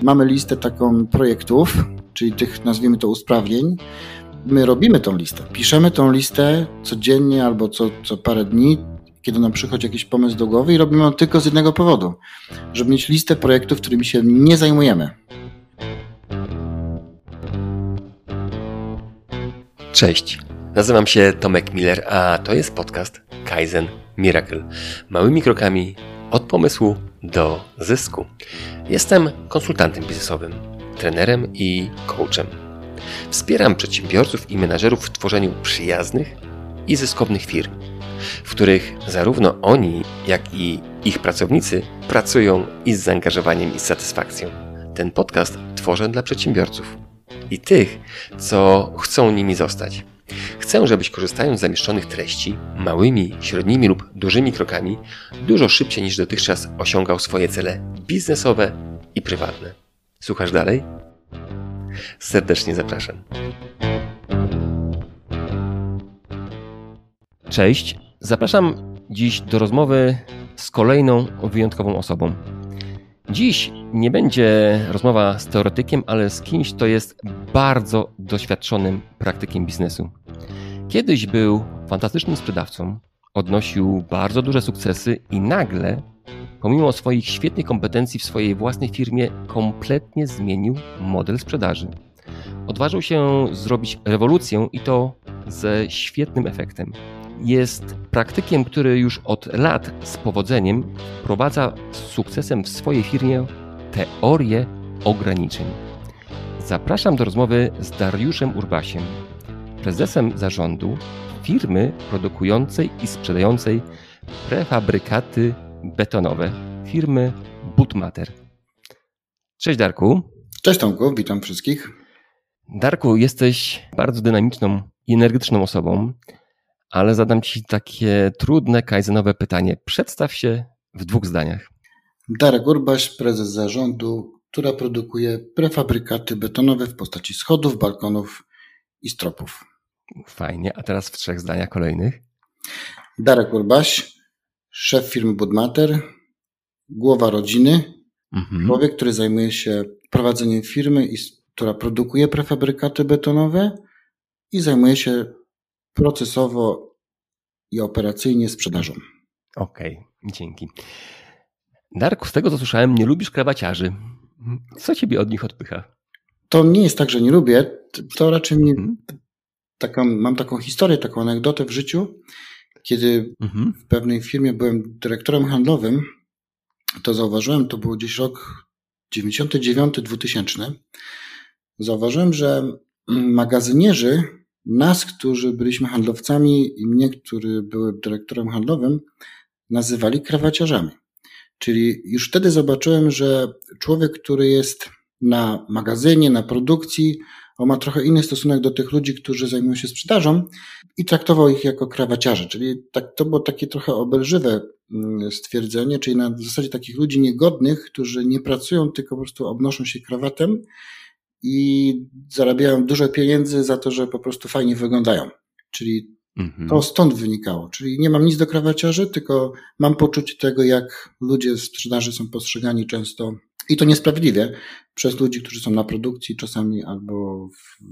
Mamy listę taką projektów, czyli tych, nazwijmy to, usprawnień. My robimy tą listę, piszemy tą listę codziennie albo co parę dni, kiedy nam przychodzi jakiś pomysł do głowy i robimy ją tylko z jednego powodu, żeby mieć listę projektów, którymi się nie zajmujemy. Cześć, nazywam się Tomek Miller, a to jest podcast Kaizen Miracle. Małymi krokami od pomysłu do zysku. Jestem konsultantem biznesowym, trenerem i coachem. Wspieram przedsiębiorców i menadżerów w tworzeniu przyjaznych i zyskownych firm, w których zarówno oni, jak i ich pracownicy pracują i z zaangażowaniem i z satysfakcją. Ten podcast tworzę dla przedsiębiorców i tych, co chcą nimi zostać. Chcę, żebyś korzystając z zamieszczonych treści małymi, średnimi lub dużymi krokami dużo szybciej niż dotychczas osiągał swoje cele biznesowe i prywatne. Słuchasz dalej? Serdecznie zapraszam. Cześć, zapraszam dziś do rozmowy z kolejną wyjątkową osobą. Dziś nie będzie rozmowa z teoretykiem, ale z kimś, kto jest bardzo doświadczonym praktykiem biznesu. Kiedyś był fantastycznym sprzedawcą, odnosił bardzo duże sukcesy i nagle, pomimo swoich świetnych kompetencji w swojej własnej firmie, kompletnie zmienił model sprzedaży. Odważył się zrobić rewolucję i to ze świetnym efektem. Jest praktykiem, który już od lat z powodzeniem wprowadza z sukcesem w swojej firmie teorię ograniczeń. Zapraszam do rozmowy z Dariuszem Urbasiem, prezesem zarządu firmy produkującej i sprzedającej prefabrykaty betonowe, firmy Budmater. Cześć Darku. Cześć Tomku, witam wszystkich. Darku, jesteś bardzo dynamiczną i energiczną osobą, ale zadam Ci takie trudne, kaizenowe pytanie. Przedstaw się w 2 zdaniach. Darek Urbaś, prezes zarządu, która produkuje prefabrykaty betonowe w postaci schodów, balkonów i stropów. Fajnie, a teraz w 3 zdaniach kolejnych. Darek Urbaś, szef firmy Budmater, głowa rodziny, człowiek, który zajmuje się prowadzeniem firmy, która produkuje prefabrykaty betonowe i zajmuje się procesowo i operacyjnie sprzedażą. Okej, dzięki. Darku, z tego co słyszałem, nie lubisz krawaciarzy. Co Ciebie od nich odpycha? To nie jest tak, że nie lubię, to raczej mam taką historię, taką anegdotę w życiu. Kiedy w pewnej firmie byłem dyrektorem handlowym, to zauważyłem, to było gdzieś rok 99-2000, zauważyłem, że magazynierzy nas, którzy byliśmy handlowcami i mnie, który był dyrektorem handlowym, nazywali krawaciarzami. Czyli już wtedy zobaczyłem, że człowiek, który jest na magazynie, na produkcji, on ma trochę inny stosunek do tych ludzi, którzy zajmują się sprzedażą i traktował ich jako krawaciarzy. Czyli to było takie trochę obelżywe stwierdzenie, czyli na zasadzie takich ludzi niegodnych, którzy nie pracują, tylko po prostu obnoszą się krawatem i zarabiają dużo pieniędzy za to, że po prostu fajnie wyglądają. Czyli to stąd wynikało. Czyli nie mam nic do krawaciarzy, tylko mam poczucie tego, jak ludzie z sprzedaży są postrzegani często, i to niesprawiedliwie, przez ludzi, którzy są na produkcji czasami albo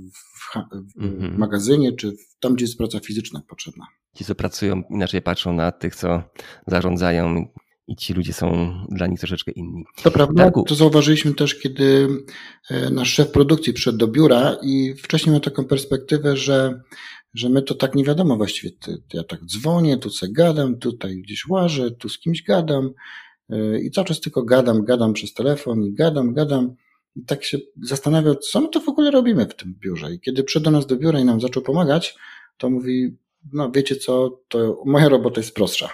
w magazynie, czy tam, gdzie jest praca fizyczna potrzebna. Ci, co pracują, inaczej patrzą na tych, co zarządzają i ci ludzie są dla nich troszeczkę inni. To prawda, to zauważyliśmy też, kiedy nasz szef produkcji przyszedł do biura i wcześniej miał taką perspektywę, że my to tak nie wiadomo właściwie. Ja tak dzwonię, tu sobie gadam, tutaj gdzieś łażę, tu z kimś gadam i cały czas tylko gadam przez telefon i gadam. I tak się zastanawiał, co my to w ogóle robimy w tym biurze. I kiedy przyszedł do nas do biura i nam zaczął pomagać, to mówi, no wiecie co, to moja robota jest prostsza.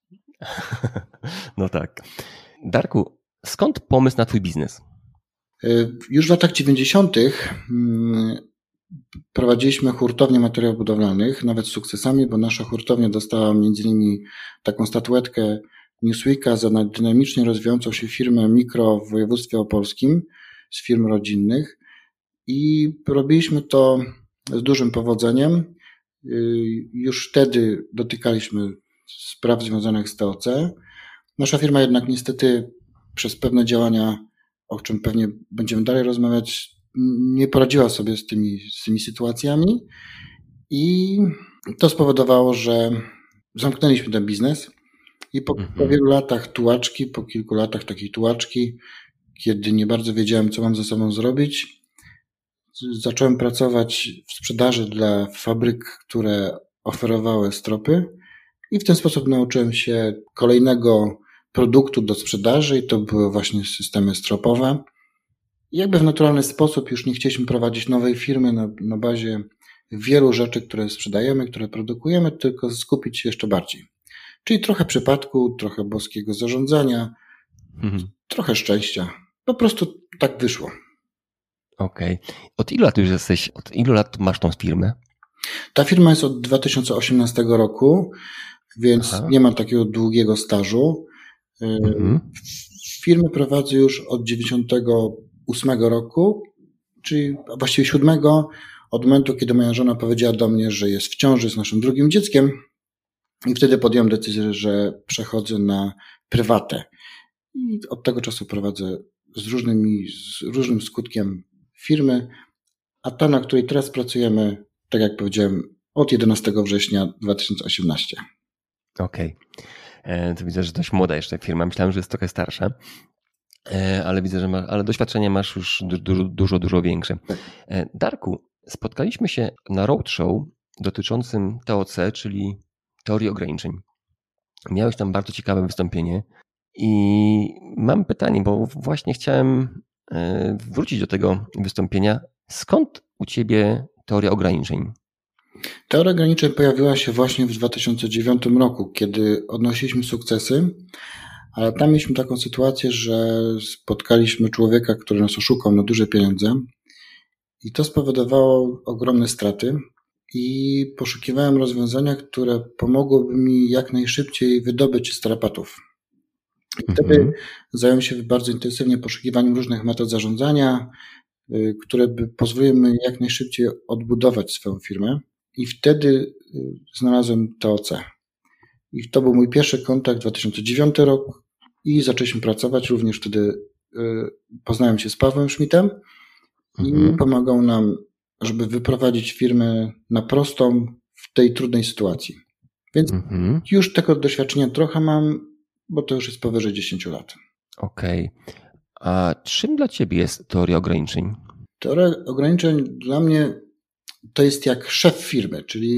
No tak. Darku, skąd pomysł na Twój biznes? Już w latach 90. prowadziliśmy hurtownię materiałów budowlanych, nawet z sukcesami, bo nasza hurtownia dostała m.in. taką statuetkę Newsweeka za najdynamicznie rozwijającą się firmę mikro w województwie opolskim z firm rodzinnych i robiliśmy to z dużym powodzeniem. Już wtedy dotykaliśmy spraw związanych z TOC. Nasza firma jednak niestety przez pewne działania o czym pewnie będziemy dalej rozmawiać, nie poradziła sobie z tymi sytuacjami i to spowodowało, że zamknęliśmy ten biznes i po wielu latach tułaczki, po kilku latach takiej tułaczki, kiedy nie bardzo wiedziałem, co mam ze sobą zrobić, zacząłem pracować w sprzedaży dla fabryk, które oferowały stropy i w ten sposób nauczyłem się kolejnego produktu do sprzedaży i to były właśnie systemy stropowe. I jakby w naturalny sposób już nie chcieliśmy prowadzić nowej firmy na bazie wielu rzeczy, które sprzedajemy, które produkujemy, tylko skupić się jeszcze bardziej. Czyli trochę przypadku, trochę boskiego zarządzania, trochę szczęścia. Po prostu tak wyszło. Okej. Od ilu lat już jesteś, od ilu lat masz tą firmę? Ta firma jest od 2018 roku, więc nie ma takiego długiego stażu. Firmę prowadzę już od 98 roku, czyli właściwie 7, od momentu, kiedy moja żona powiedziała do mnie, że jest w ciąży z naszym drugim dzieckiem i wtedy podjąłem decyzję, że przechodzę na prywatę. I od tego czasu prowadzę z różnym skutkiem firmy, a ta, na której teraz pracujemy, tak jak powiedziałem, od 11 września 2018. Okej. To widzę, że dość młoda jeszcze firma. Myślałem, że jest trochę starsza, ale widzę, że ale doświadczenie masz już dużo większe. Darku, spotkaliśmy się na roadshow dotyczącym TOC, czyli teorii ograniczeń. Miałeś tam bardzo ciekawe wystąpienie i mam pytanie, bo właśnie chciałem wrócić do tego wystąpienia. Skąd u ciebie teoria ograniczeń? Teoria ograniczeń pojawiła się właśnie w 2009 roku, kiedy odnosiliśmy sukcesy, ale tam mieliśmy taką sytuację, że spotkaliśmy człowieka, który nas oszukał na duże pieniądze i to spowodowało ogromne straty i poszukiwałem rozwiązania, które pomogłoby mi jak najszybciej wydobyć z tarapatów. I wtedy zająłem się bardzo intensywnie poszukiwaniem różnych metod zarządzania, które by pozwoliły mi jak najszybciej odbudować swoją firmę. I wtedy znalazłem TOC. I to był mój pierwszy kontakt, 2009 rok i zaczęliśmy pracować. Również wtedy poznałem się z Pawłem Schmidtem i pomagał nam, żeby wyprowadzić firmę na prostą w tej trudnej sytuacji. Więc już tego doświadczenia trochę mam, bo to już jest powyżej 10 lat. Okej. A czym dla ciebie jest teoria ograniczeń? Teoria ograniczeń dla mnie to jest jak szef firmy, czyli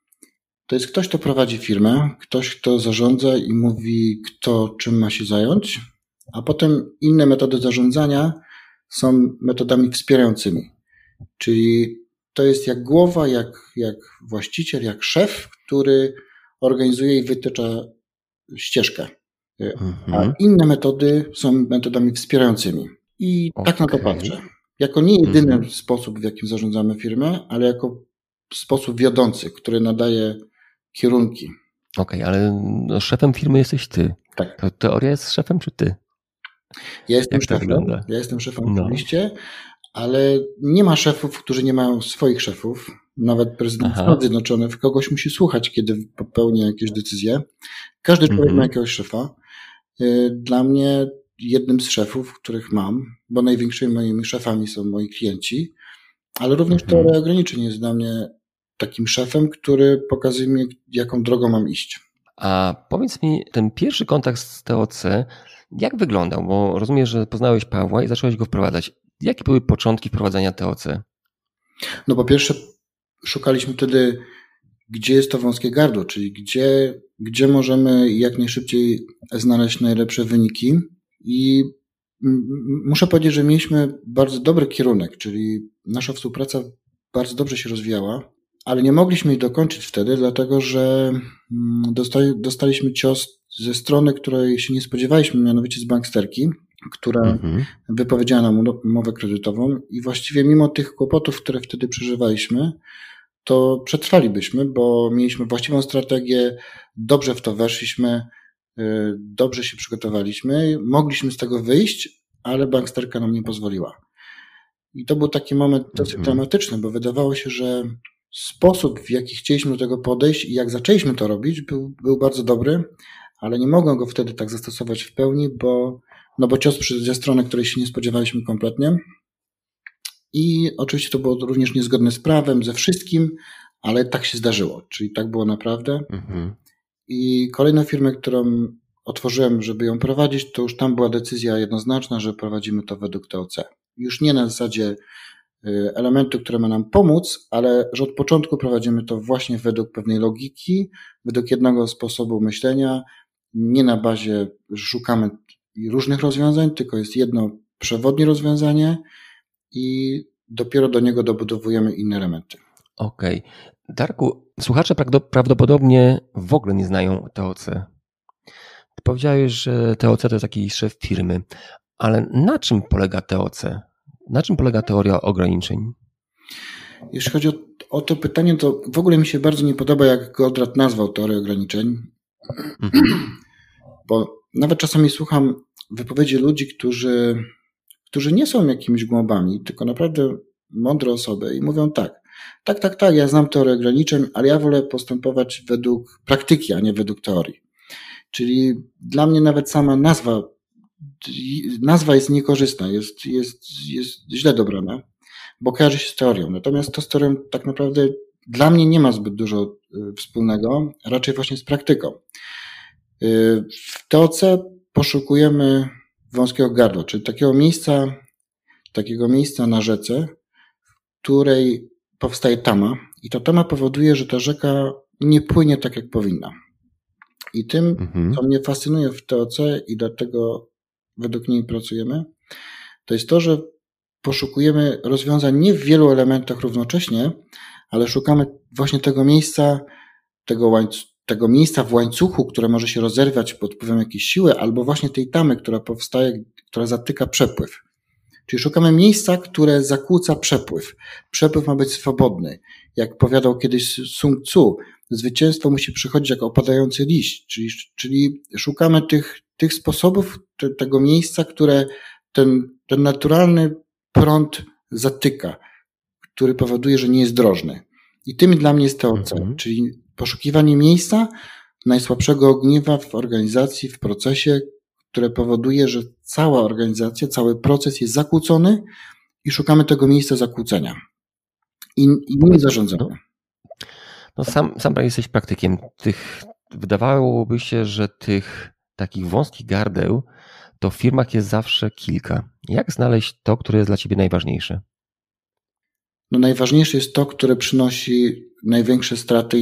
to jest ktoś, kto prowadzi firmę, ktoś, kto zarządza i mówi, kto czym ma się zająć, a potem inne metody zarządzania są metodami wspierającymi. Czyli to jest jak głowa, jak właściciel, jak szef, który organizuje i wytycza ścieżkę. A inne metody są metodami wspierającymi. I tak na to patrzę. Jako nie jedyny sposób, w jakim zarządzamy firmę, ale jako sposób wiodący, który nadaje kierunki. Okej, ale szefem firmy jesteś ty. Tak. To teoria jest szefem, czy ty? Ja jestem szefem. Ja jestem szefem oczywiście, ale nie ma szefów, którzy nie mają swoich szefów. Nawet prezydent Stanów Zjednoczonych kogoś musi słuchać, kiedy popełnia jakieś decyzje. Każdy człowiek ma jakiegoś szefa. Dla mnie jednym z szefów, których mam, bo największymi moimi szefami są moi klienci, ale również teoria ograniczeń jest dla mnie takim szefem, który pokazuje mi, jaką drogą mam iść. A powiedz mi, ten pierwszy kontakt z TOC, jak wyglądał? Bo rozumiem, że poznałeś Pawła i zacząłeś go wprowadzać. Jakie były początki wprowadzania TOC? No po pierwsze szukaliśmy wtedy, gdzie jest to wąskie gardło, czyli gdzie możemy jak najszybciej znaleźć najlepsze wyniki. I muszę powiedzieć, że mieliśmy bardzo dobry kierunek, czyli nasza współpraca bardzo dobrze się rozwijała, ale nie mogliśmy jej dokończyć wtedy, dlatego że dostaliśmy cios ze strony, której się nie spodziewaliśmy, mianowicie z banksterki, która wypowiedziała nam umowę kredytową i właściwie mimo tych kłopotów, które wtedy przeżywaliśmy, to przetrwalibyśmy, bo mieliśmy właściwą strategię, dobrze w to weszliśmy, dobrze się przygotowaliśmy, mogliśmy z tego wyjść, ale banksterka nam nie pozwoliła. I to był taki moment dosyć dramatyczny, bo wydawało się, że sposób, w jaki chcieliśmy do tego podejść i jak zaczęliśmy to robić, był bardzo dobry, ale nie mogłem go wtedy tak zastosować w pełni, bo no bo cios ze strony, której się nie spodziewaliśmy kompletnie. I oczywiście to było również niezgodne z prawem, ze wszystkim, ale tak się zdarzyło, czyli tak było naprawdę. I kolejną firmę, którą otworzyłem, żeby ją prowadzić, to już tam była decyzja jednoznaczna, że prowadzimy to według TOC. Już nie na zasadzie elementu, które ma nam pomóc, ale że od początku prowadzimy to właśnie według pewnej logiki, według jednego sposobu myślenia, nie na bazie, że szukamy różnych rozwiązań, tylko jest jedno przewodnie rozwiązanie i dopiero do niego dobudowujemy inne elementy. Okej. Darku, słuchacze prawdopodobnie w ogóle nie znają TOC. Ty powiedziałeś, że TOC to jest taki szef firmy, ale na czym polega TOC? Na czym polega teoria ograniczeń? Jeśli chodzi o to pytanie, to w ogóle mi się bardzo nie podoba, jak Goldratt nazwał teorię ograniczeń, bo nawet czasami słucham wypowiedzi ludzi, którzy nie są jakimiś głąbami, tylko naprawdę mądre osoby i mówią tak, ja znam teorię ograniczeń, ale ja wolę postępować według praktyki, a nie według teorii. Czyli dla mnie nawet sama nazwa jest niekorzystna, jest źle dobrana, bo kojarzy się z teorią. Natomiast to z teorią tak naprawdę dla mnie nie ma zbyt dużo wspólnego, raczej właśnie z praktyką. W TOC poszukujemy wąskiego gardła, czyli takiego miejsca na rzece, w której powstaje tama i ta tama powoduje, że ta rzeka nie płynie tak, jak powinna. I tym, co mnie fascynuje w TOC i dlatego według niej pracujemy, to jest to, że poszukujemy rozwiązań nie w wielu elementach równocześnie, ale szukamy właśnie tego miejsca, tego miejsca w łańcuchu, które może się rozerwać pod wpływem jakiejś siły, albo właśnie tej tamy, która powstaje, która zatyka przepływ. Czyli szukamy miejsca, które zakłóca przepływ. Przepływ ma być swobodny. Jak powiadał kiedyś Sun Tzu, zwycięstwo musi przychodzić jak opadający liść. Czyli szukamy tych sposobów, tego miejsca, które ten naturalny prąd zatyka, który powoduje, że nie jest drożny. I tym dla mnie jest TOC, czyli poszukiwanie miejsca najsłabszego ogniwa w organizacji, w procesie, które powoduje, że cała organizacja, cały proces jest zakłócony i szukamy tego miejsca zakłócenia. I nie zarządzamy. No sam jesteś praktykiem. Wydawałoby się, że tych takich wąskich gardeł to w firmach jest zawsze kilka. Jak znaleźć to, które jest dla ciebie najważniejsze? No najważniejsze jest to, które przynosi największe straty i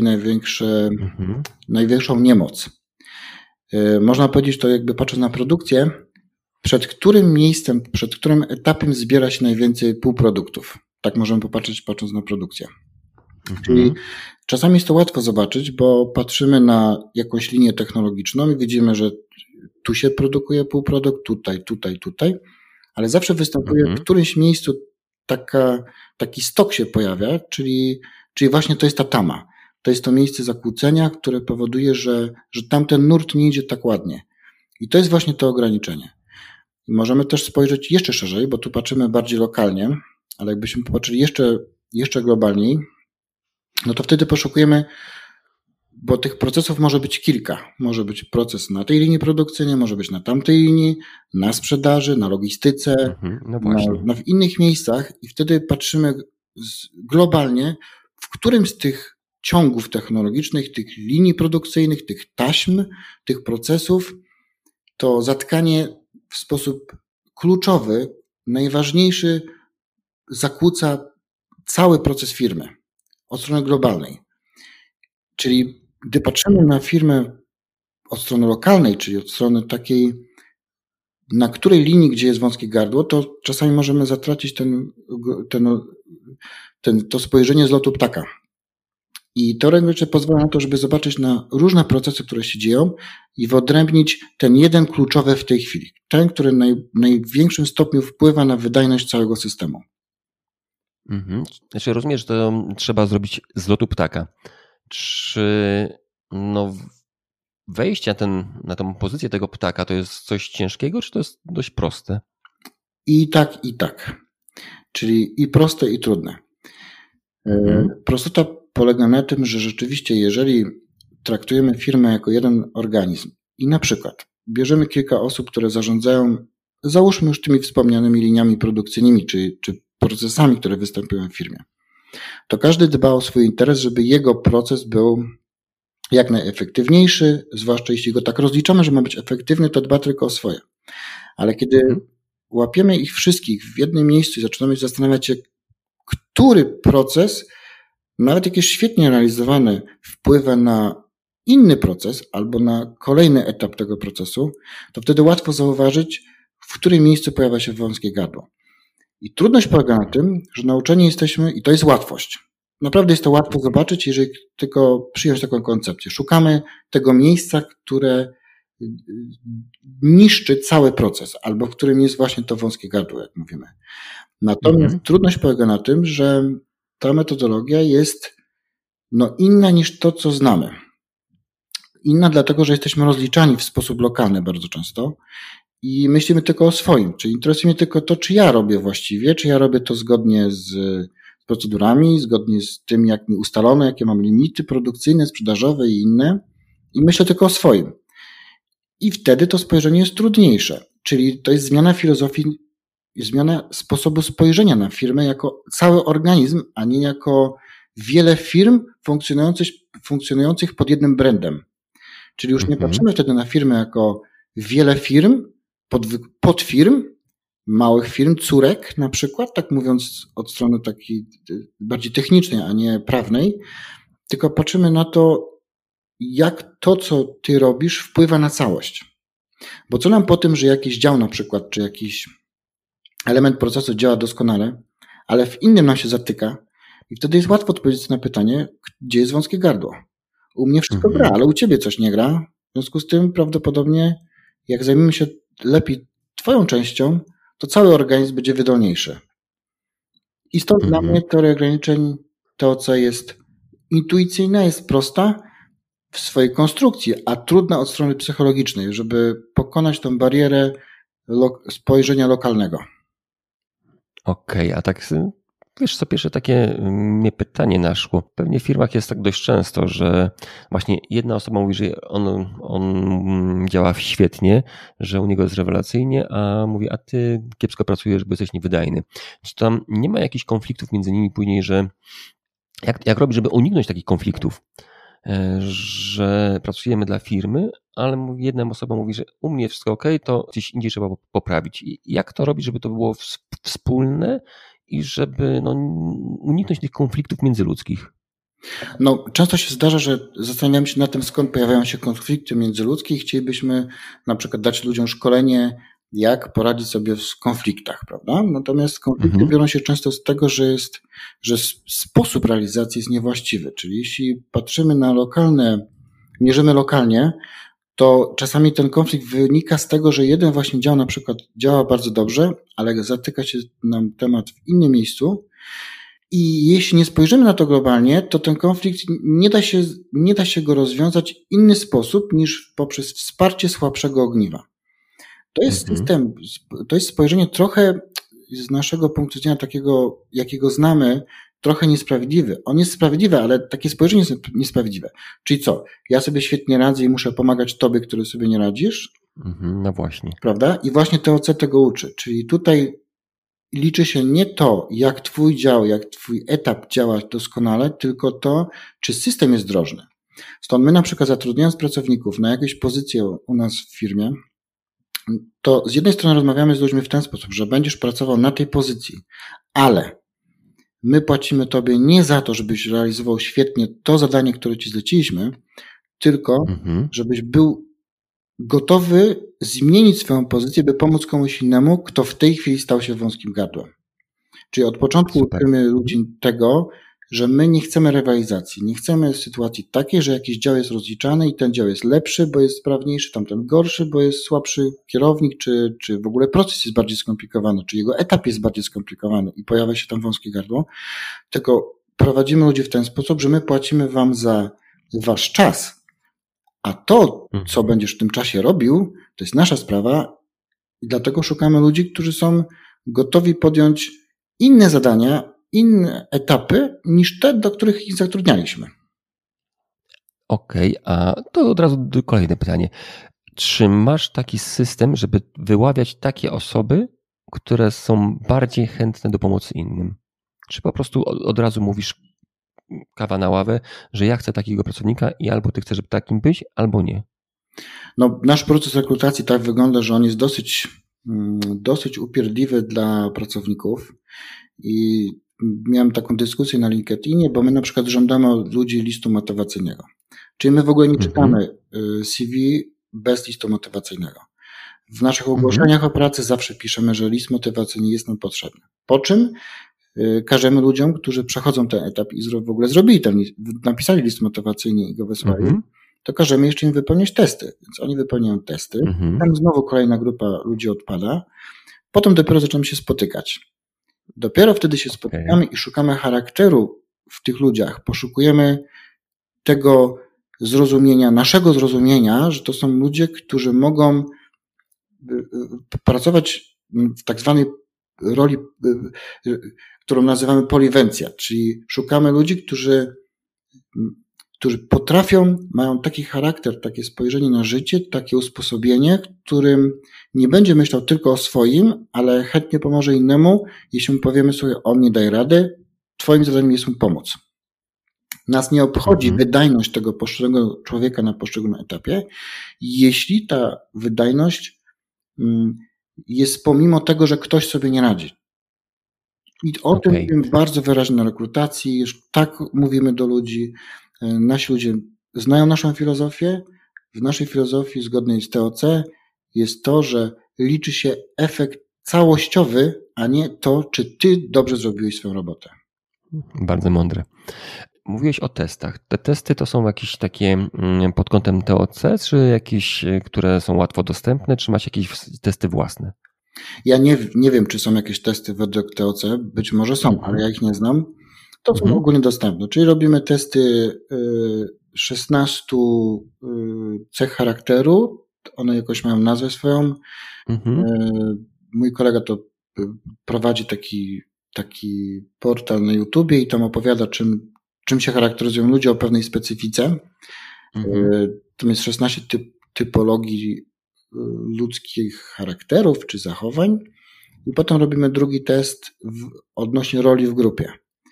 największą niemoc. Można powiedzieć to, jakby patrząc na produkcję, przed którym etapem zbiera się najwięcej półproduktów. Tak możemy popatrzeć, patrząc na produkcję. Czyli czasami jest to łatwo zobaczyć, bo patrzymy na jakąś linię technologiczną i widzimy, że tu się produkuje półprodukt, tutaj, ale zawsze występuje w którymś miejscu taki stok się pojawia, czyli właśnie to jest ta tama. To jest to miejsce zakłócenia, które powoduje, że tamten nurt nie idzie tak ładnie. I to jest właśnie to ograniczenie. I możemy też spojrzeć jeszcze szerzej, bo tu patrzymy bardziej lokalnie, ale jakbyśmy popatrzyli jeszcze globalniej, no to wtedy poszukujemy, bo tych procesów może być kilka. Może być proces na tej linii produkcyjnej, może być na tamtej linii, na sprzedaży, na logistyce, w innych miejscach i wtedy patrzymy globalnie, w którym z tych ciągów technologicznych, tych linii produkcyjnych, tych taśm, tych procesów, to zatkanie w sposób kluczowy, najważniejszy zakłóca cały proces firmy od strony globalnej. Czyli gdy patrzymy na firmę od strony lokalnej, czyli od strony takiej, na której linii, gdzie jest wąskie gardło, to czasami możemy zatracić to spojrzenie z lotu ptaka. I to regularnie pozwala na to, żeby zobaczyć na różne procesy, które się dzieją i wyodrębnić ten jeden kluczowy w tej chwili. Ten, który w największym stopniu wpływa na wydajność całego systemu. Znaczy rozumiem, że to trzeba zrobić z lotu ptaka. Czy wejście na tą pozycję tego ptaka to jest coś ciężkiego, czy to jest dość proste? I tak. Czyli i proste, i trudne. Prostota polega na tym, że rzeczywiście, jeżeli traktujemy firmę jako jeden organizm i na przykład bierzemy kilka osób, które zarządzają załóżmy już tymi wspomnianymi liniami produkcyjnymi czy procesami, które występują w firmie. To każdy dba o swój interes, żeby jego proces był jak najefektywniejszy, zwłaszcza jeśli go tak rozliczamy, że ma być efektywny, to dba tylko o swoje. Ale kiedy łapiemy ich wszystkich w jednym miejscu i zaczynamy się zastanawiać się, który proces, nawet jak jest świetnie realizowany, wpływa na inny proces albo na kolejny etap tego procesu, to wtedy łatwo zauważyć, w którym miejscu pojawia się wąskie gardło. I trudność polega na tym, że nauczeni jesteśmy, i to jest łatwość. Naprawdę jest to łatwo zobaczyć, jeżeli tylko przyjąć taką koncepcję. Szukamy tego miejsca, które niszczy cały proces, albo w którym jest właśnie to wąskie gardło, jak mówimy. Natomiast trudność polega na tym, że ta metodologia jest inna niż to, co znamy. Inna dlatego, że jesteśmy rozliczani w sposób lokalny bardzo często i myślimy tylko o swoim, czyli interesuje mnie tylko to, czy ja robię właściwie, czy ja robię to zgodnie z procedurami, zgodnie z tym, jak mi ustalono, jakie mam limity produkcyjne, sprzedażowe i inne, i myślę tylko o swoim. I wtedy to spojrzenie jest trudniejsze, czyli to jest zmiana filozofii, zmiana sposobu spojrzenia na firmę jako cały organizm, a nie jako wiele firm funkcjonujących pod jednym brandem. Czyli już nie patrzymy wtedy na firmę jako wiele firm, podfirm, małych firm, córek na przykład, tak mówiąc od strony takiej bardziej technicznej, a nie prawnej, tylko patrzymy na to, jak to, co ty robisz, wpływa na całość. Bo co nam po tym, że jakiś dział na przykład, czy jakiś element procesu działa doskonale, ale w innym nam się zatyka i wtedy jest łatwo odpowiedzieć na pytanie, gdzie jest wąskie gardło. U mnie wszystko gra, ale u ciebie coś nie gra. W związku z tym prawdopodobnie jak zajmiemy się lepiej twoją częścią, to cały organizm będzie wydolniejszy. I stąd dla mnie teoria ograniczeń, to co jest intuicyjna, jest prosta w swojej konstrukcji, a trudna od strony psychologicznej, żeby pokonać tą barierę spojrzenia lokalnego. Okej, a tak wiesz co, pierwsze takie mnie pytanie naszło. Pewnie w firmach jest tak dość często, że właśnie jedna osoba mówi, że on działa świetnie, że u niego jest rewelacyjnie, a mówi, a ty kiepsko pracujesz, bo jesteś niewydajny. Czy tam nie ma jakichś konfliktów między nimi później, że jak robić, żeby uniknąć takich konfliktów? Że pracujemy dla firmy, ale jedna osoba mówi, że u mnie wszystko ok, to gdzieś indziej trzeba poprawić. I jak to robić, żeby to było wspólne i żeby uniknąć tych konfliktów międzyludzkich? Często się zdarza, że zastanawiamy się nad tym, skąd pojawiają się konflikty międzyludzkie i chcielibyśmy na przykład dać ludziom szkolenie, jak poradzić sobie w konfliktach, prawda? Natomiast konflikty biorą się często z tego, że sposób realizacji jest niewłaściwy. Czyli jeśli patrzymy na mierzymy lokalnie, to czasami ten konflikt wynika z tego, że jeden właśnie dział na przykład działa bardzo dobrze, ale zatyka się nam temat w innym miejscu. I jeśli nie spojrzymy na to globalnie, to ten konflikt nie da się go rozwiązać w inny sposób niż poprzez wsparcie słabszego ogniwa. To jest system, to jest spojrzenie trochę z naszego punktu widzenia takiego, jakiego znamy, trochę niesprawiedliwy. On jest sprawiedliwy, ale takie spojrzenie jest niesprawiedliwe. Czyli co? Ja sobie świetnie radzę i muszę pomagać tobie, który sobie nie radzisz? No właśnie. Prawda? I właśnie TOC tego uczy. Czyli tutaj liczy się nie to, jak twój dział, jak twój etap działa doskonale, tylko to, czy system jest drożny. Stąd my na przykład zatrudniając pracowników na jakąś pozycję u nas w firmie, to z jednej strony rozmawiamy z ludźmi w ten sposób, że będziesz pracował na tej pozycji, ale my płacimy tobie nie za to, żebyś realizował świetnie to zadanie, które ci zleciliśmy, tylko żebyś był gotowy zmienić swoją pozycję, by pomóc komuś innemu, kto w tej chwili stał się wąskim gardłem. Czyli od początku uczymy ludzi tego, że my nie chcemy rywalizacji, nie chcemy sytuacji takiej, że jakiś dział jest rozliczany i ten dział jest lepszy, bo jest sprawniejszy, tamten gorszy, bo jest słabszy kierownik, czy w ogóle proces jest bardziej skomplikowany, czy jego etap jest bardziej skomplikowany i pojawia się tam wąskie gardło, tylko prowadzimy ludzi w ten sposób, że my płacimy wam za wasz czas, a to, co będziesz w tym czasie robił, to jest nasza sprawa i dlatego szukamy ludzi, którzy są gotowi podjąć inne zadania, inne etapy niż te, do których ich zatrudnialiśmy. Okej, a to od razu kolejne pytanie. Czy masz taki system, żeby wyławiać takie osoby, które są bardziej chętne do pomocy innym? Czy po prostu od razu mówisz kawa na ławę, że ja chcę takiego pracownika i albo ty chcesz takim być, albo nie? No, nasz proces rekrutacji tak wygląda, że on jest dosyć upierdliwy dla pracowników i miałem taką dyskusję na LinkedInie, bo my na przykład żądamy od ludzi listu motywacyjnego. Czyli my w ogóle nie czytamy CV bez listu motywacyjnego. W naszych ogłoszeniach o pracy zawsze piszemy, że list motywacyjny jest nam potrzebny. Po czym każemy ludziom, którzy przechodzą ten etap i w ogóle zrobili ten list, napisali list motywacyjny i go wysłali, to każemy jeszcze im wypełniać testy. Więc oni wypełniają testy, tam znowu kolejna grupa ludzi odpada, potem dopiero zaczynamy się spotykać. Dopiero wtedy się spotykamy i szukamy charakteru w tych ludziach, poszukujemy tego zrozumienia, naszego zrozumienia, że to są ludzie, którzy mogą pracować w tak zwanej roli, którą nazywamy poliwencja, czyli szukamy ludzi, którzy potrafią, mają taki charakter, takie spojrzenie na życie, takie usposobienie, którym nie będzie myślał tylko o swoim, ale chętnie pomoże innemu, jeśli mu powiemy sobie, on nie daje rady, twoim zadaniem jest mu pomóc. Nas nie obchodzi wydajność tego poszczególnego człowieka na poszczególnym etapie, jeśli ta wydajność jest pomimo tego, że ktoś sobie nie radzi. I o tym mówimy bardzo wyraźnie na rekrutacji, tak mówimy do ludzi. Nasi ludzie znają naszą filozofię. W naszej filozofii zgodnej z TOC jest to, że liczy się efekt całościowy, a nie to, czy ty dobrze zrobiłeś swoją robotę. Bardzo mądre. Mówiłeś o testach. Te testy to są jakieś takie pod kątem TOC, czy jakieś, które są łatwo dostępne, czy masz jakieś testy własne? Ja nie wiem, czy są jakieś testy według TOC, być może są, ale ja ich nie znam. To są ogólnie dostępne, czyli robimy testy 16 cech charakteru, one jakoś mają nazwę swoją. Mój kolega to prowadzi taki portal na YouTubie i tam opowiada, czym się charakteryzują ludzie o pewnej specyfice. Tam jest 16 typologii ludzkich charakterów czy zachowań i potem robimy drugi test odnośnie roli w grupie.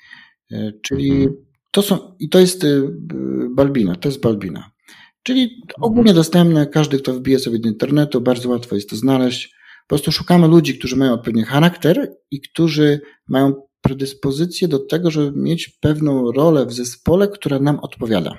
Czyli to jest Balbina, test Balbina. Czyli ogólnie dostępne, każdy, kto wbije sobie do internetu, bardzo łatwo jest to znaleźć. Po prostu szukamy ludzi, którzy mają odpowiedni charakter i którzy mają predyspozycję do tego, żeby mieć pewną rolę w zespole, która nam odpowiada.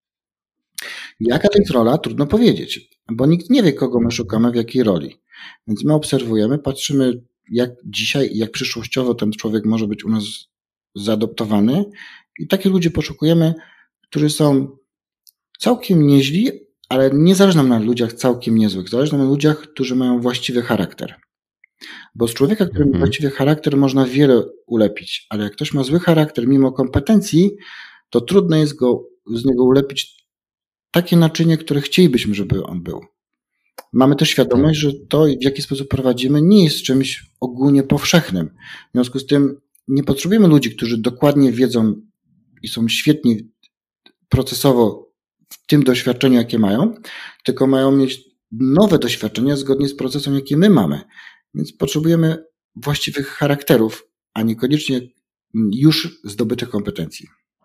Jaka to jest rola? Trudno powiedzieć, bo nikt nie wie, kogo my szukamy, w jakiej roli. Więc my obserwujemy, patrzymy, jak dzisiaj i jak przyszłościowo ten człowiek może być u nas zaadoptowany i takie ludzie poszukujemy, którzy są całkiem nieźli, ale nie zależy nam na ludziach całkiem niezłych, zależy nam na ludziach, którzy mają właściwy charakter. Bo z człowieka, który ma właściwy charakter, można wiele ulepić, ale jak ktoś ma zły charakter mimo kompetencji, to trudno jest z niego ulepić takie naczynie, które chcielibyśmy, żeby on był. Mamy też świadomość, że to, w jaki sposób prowadzimy, nie jest czymś ogólnie powszechnym. W związku z tym nie potrzebujemy ludzi, którzy dokładnie wiedzą i są świetni procesowo w tym doświadczeniu, jakie mają, tylko mają mieć nowe doświadczenia zgodnie z procesem, jaki my mamy. Więc potrzebujemy właściwych charakterów, a niekoniecznie już zdobytych kompetencji.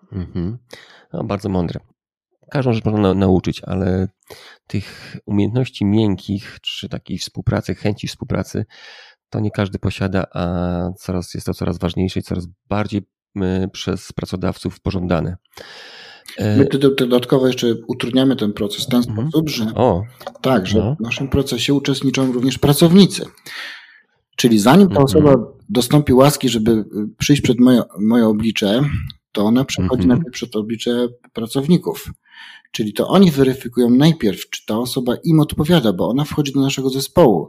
No, bardzo mądre. Każdą rzecz można nauczyć, ale tych umiejętności miękkich, czy takiej współpracy, chęci współpracy, to nie każdy posiada, a jest to coraz ważniejsze i coraz bardziej przez pracodawców pożądane. My dodatkowo jeszcze utrudniamy ten proces w ten sposób, że w naszym procesie uczestniczą również pracownicy. Czyli zanim ta osoba dostąpi łaski, żeby przyjść przed moje oblicze, to ona przechodzi najpierw przed oblicze pracowników. Czyli to oni weryfikują najpierw, czy ta osoba im odpowiada, bo ona wchodzi do naszego zespołu.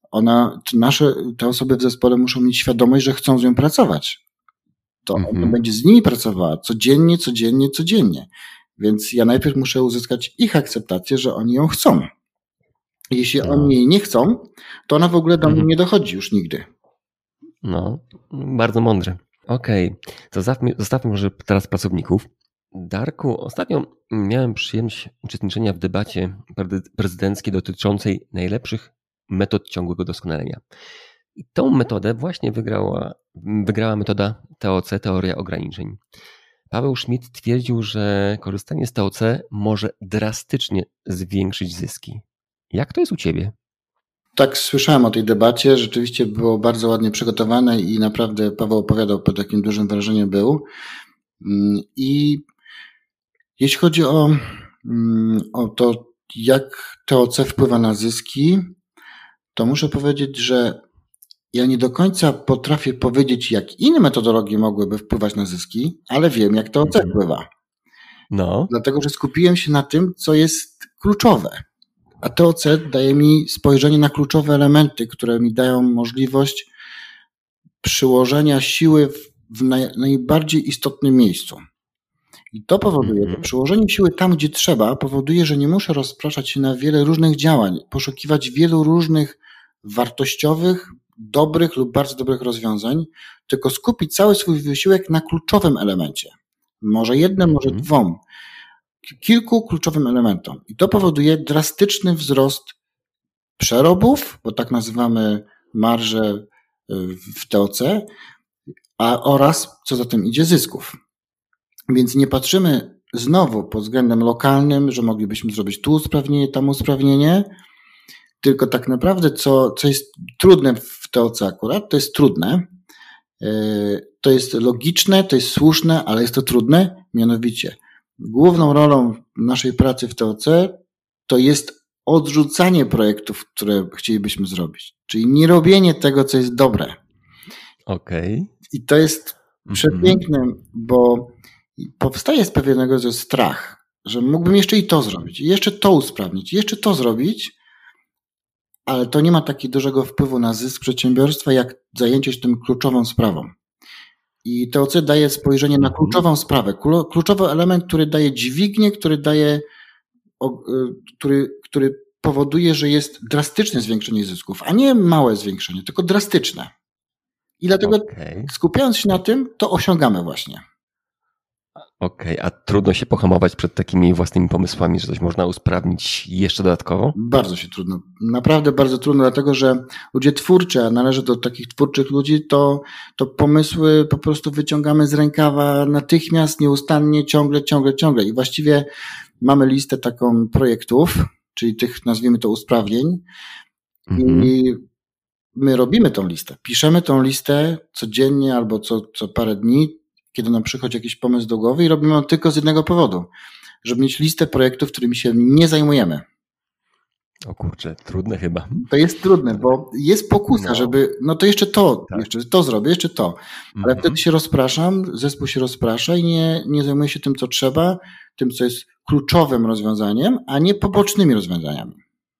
Te osoby w zespole muszą mieć świadomość, że chcą z nią pracować. To ona będzie z nimi pracowała codziennie. Więc ja najpierw muszę uzyskać ich akceptację, że oni ją chcą. Jeśli oni jej nie chcą, to ona w ogóle do mnie nie dochodzi już nigdy. No, bardzo mądre. Okej, to zostawmy może teraz pracowników. Darku, ostatnio miałem przyjemność uczestniczenia w debacie prezydenckiej dotyczącej najlepszych metod ciągłego doskonalenia. I tą metodę właśnie wygrała metoda TOC, teoria ograniczeń. Paweł Schmidt twierdził, że korzystanie z TOC może drastycznie zwiększyć zyski. Jak to jest u Ciebie? Tak, słyszałem o tej debacie. Rzeczywiście było bardzo ładnie przygotowane i naprawdę Paweł opowiadał, pod jakim dużym wrażeniem był. I jeśli chodzi o to, jak TOC wpływa na zyski, to muszę powiedzieć, że ja nie do końca potrafię powiedzieć, jak inne metodologie mogłyby wpływać na zyski, ale wiem, jak TOC wpływa. No. Dlatego, że skupiłem się na tym, co jest kluczowe. A TOC daje mi spojrzenie na kluczowe elementy, które mi dają możliwość przyłożenia siły w najbardziej istotnym miejscu. I to powoduje, to przyłożenie siły tam, gdzie trzeba, powoduje, że nie muszę rozpraszać się na wiele różnych działań, poszukiwać wielu różnych wartościowych, dobrych lub bardzo dobrych rozwiązań, tylko skupić cały swój wysiłek na kluczowym elemencie. Może jednym, może dwom. Kilku kluczowym elementom. I to powoduje drastyczny wzrost przerobów, bo tak nazywamy marżę w TOC, oraz, co za tym idzie, zysków. Więc nie patrzymy znowu pod względem lokalnym, że moglibyśmy zrobić tu usprawnienie, tam usprawnienie, tylko tak naprawdę, co jest trudne w TOC akurat, to jest trudne, to jest logiczne, to jest słuszne, ale jest to trudne, mianowicie główną rolą naszej pracy w TOC to jest odrzucanie projektów, które chcielibyśmy zrobić, czyli nie robienie tego, co jest dobre. Okej. I to jest przepiękne, bo powstaje z pewnego rodzaju strach, że mógłbym jeszcze i to zrobić, i jeszcze to usprawnić, i jeszcze to zrobić, ale to nie ma takiego dużego wpływu na zysk przedsiębiorstwa, jak zajęcie się tym kluczową sprawą. I TOC daje spojrzenie na kluczową sprawę, kluczowy element, który daje dźwignię, który powoduje, że jest drastyczne zwiększenie zysków, a nie małe zwiększenie, tylko drastyczne. I dlatego skupiając się na tym, to osiągamy właśnie. Okej, a trudno się pohamować przed takimi własnymi pomysłami, że coś można usprawnić jeszcze dodatkowo? Bardzo się trudno. Naprawdę bardzo trudno, dlatego że ludzie twórczy, a należy do takich twórczych ludzi, to pomysły po prostu wyciągamy z rękawa natychmiast, nieustannie, ciągle. I właściwie mamy listę taką projektów, czyli tych, nazwijmy to, usprawnień. I my robimy tą listę. Piszemy tą listę codziennie albo co parę dni, kiedy nam przychodzi jakiś pomysł do głowy i robimy ją tylko z jednego powodu, żeby mieć listę projektów, którymi się nie zajmujemy. O kurczę, trudne chyba. To jest trudne, bo jest pokusa, żeby, to jeszcze to, jeszcze to zrobię, jeszcze to. Ale wtedy się rozpraszam, zespół się rozprasza i nie zajmuje się tym, co trzeba, tym, co jest kluczowym rozwiązaniem, a nie pobocznymi rozwiązaniami.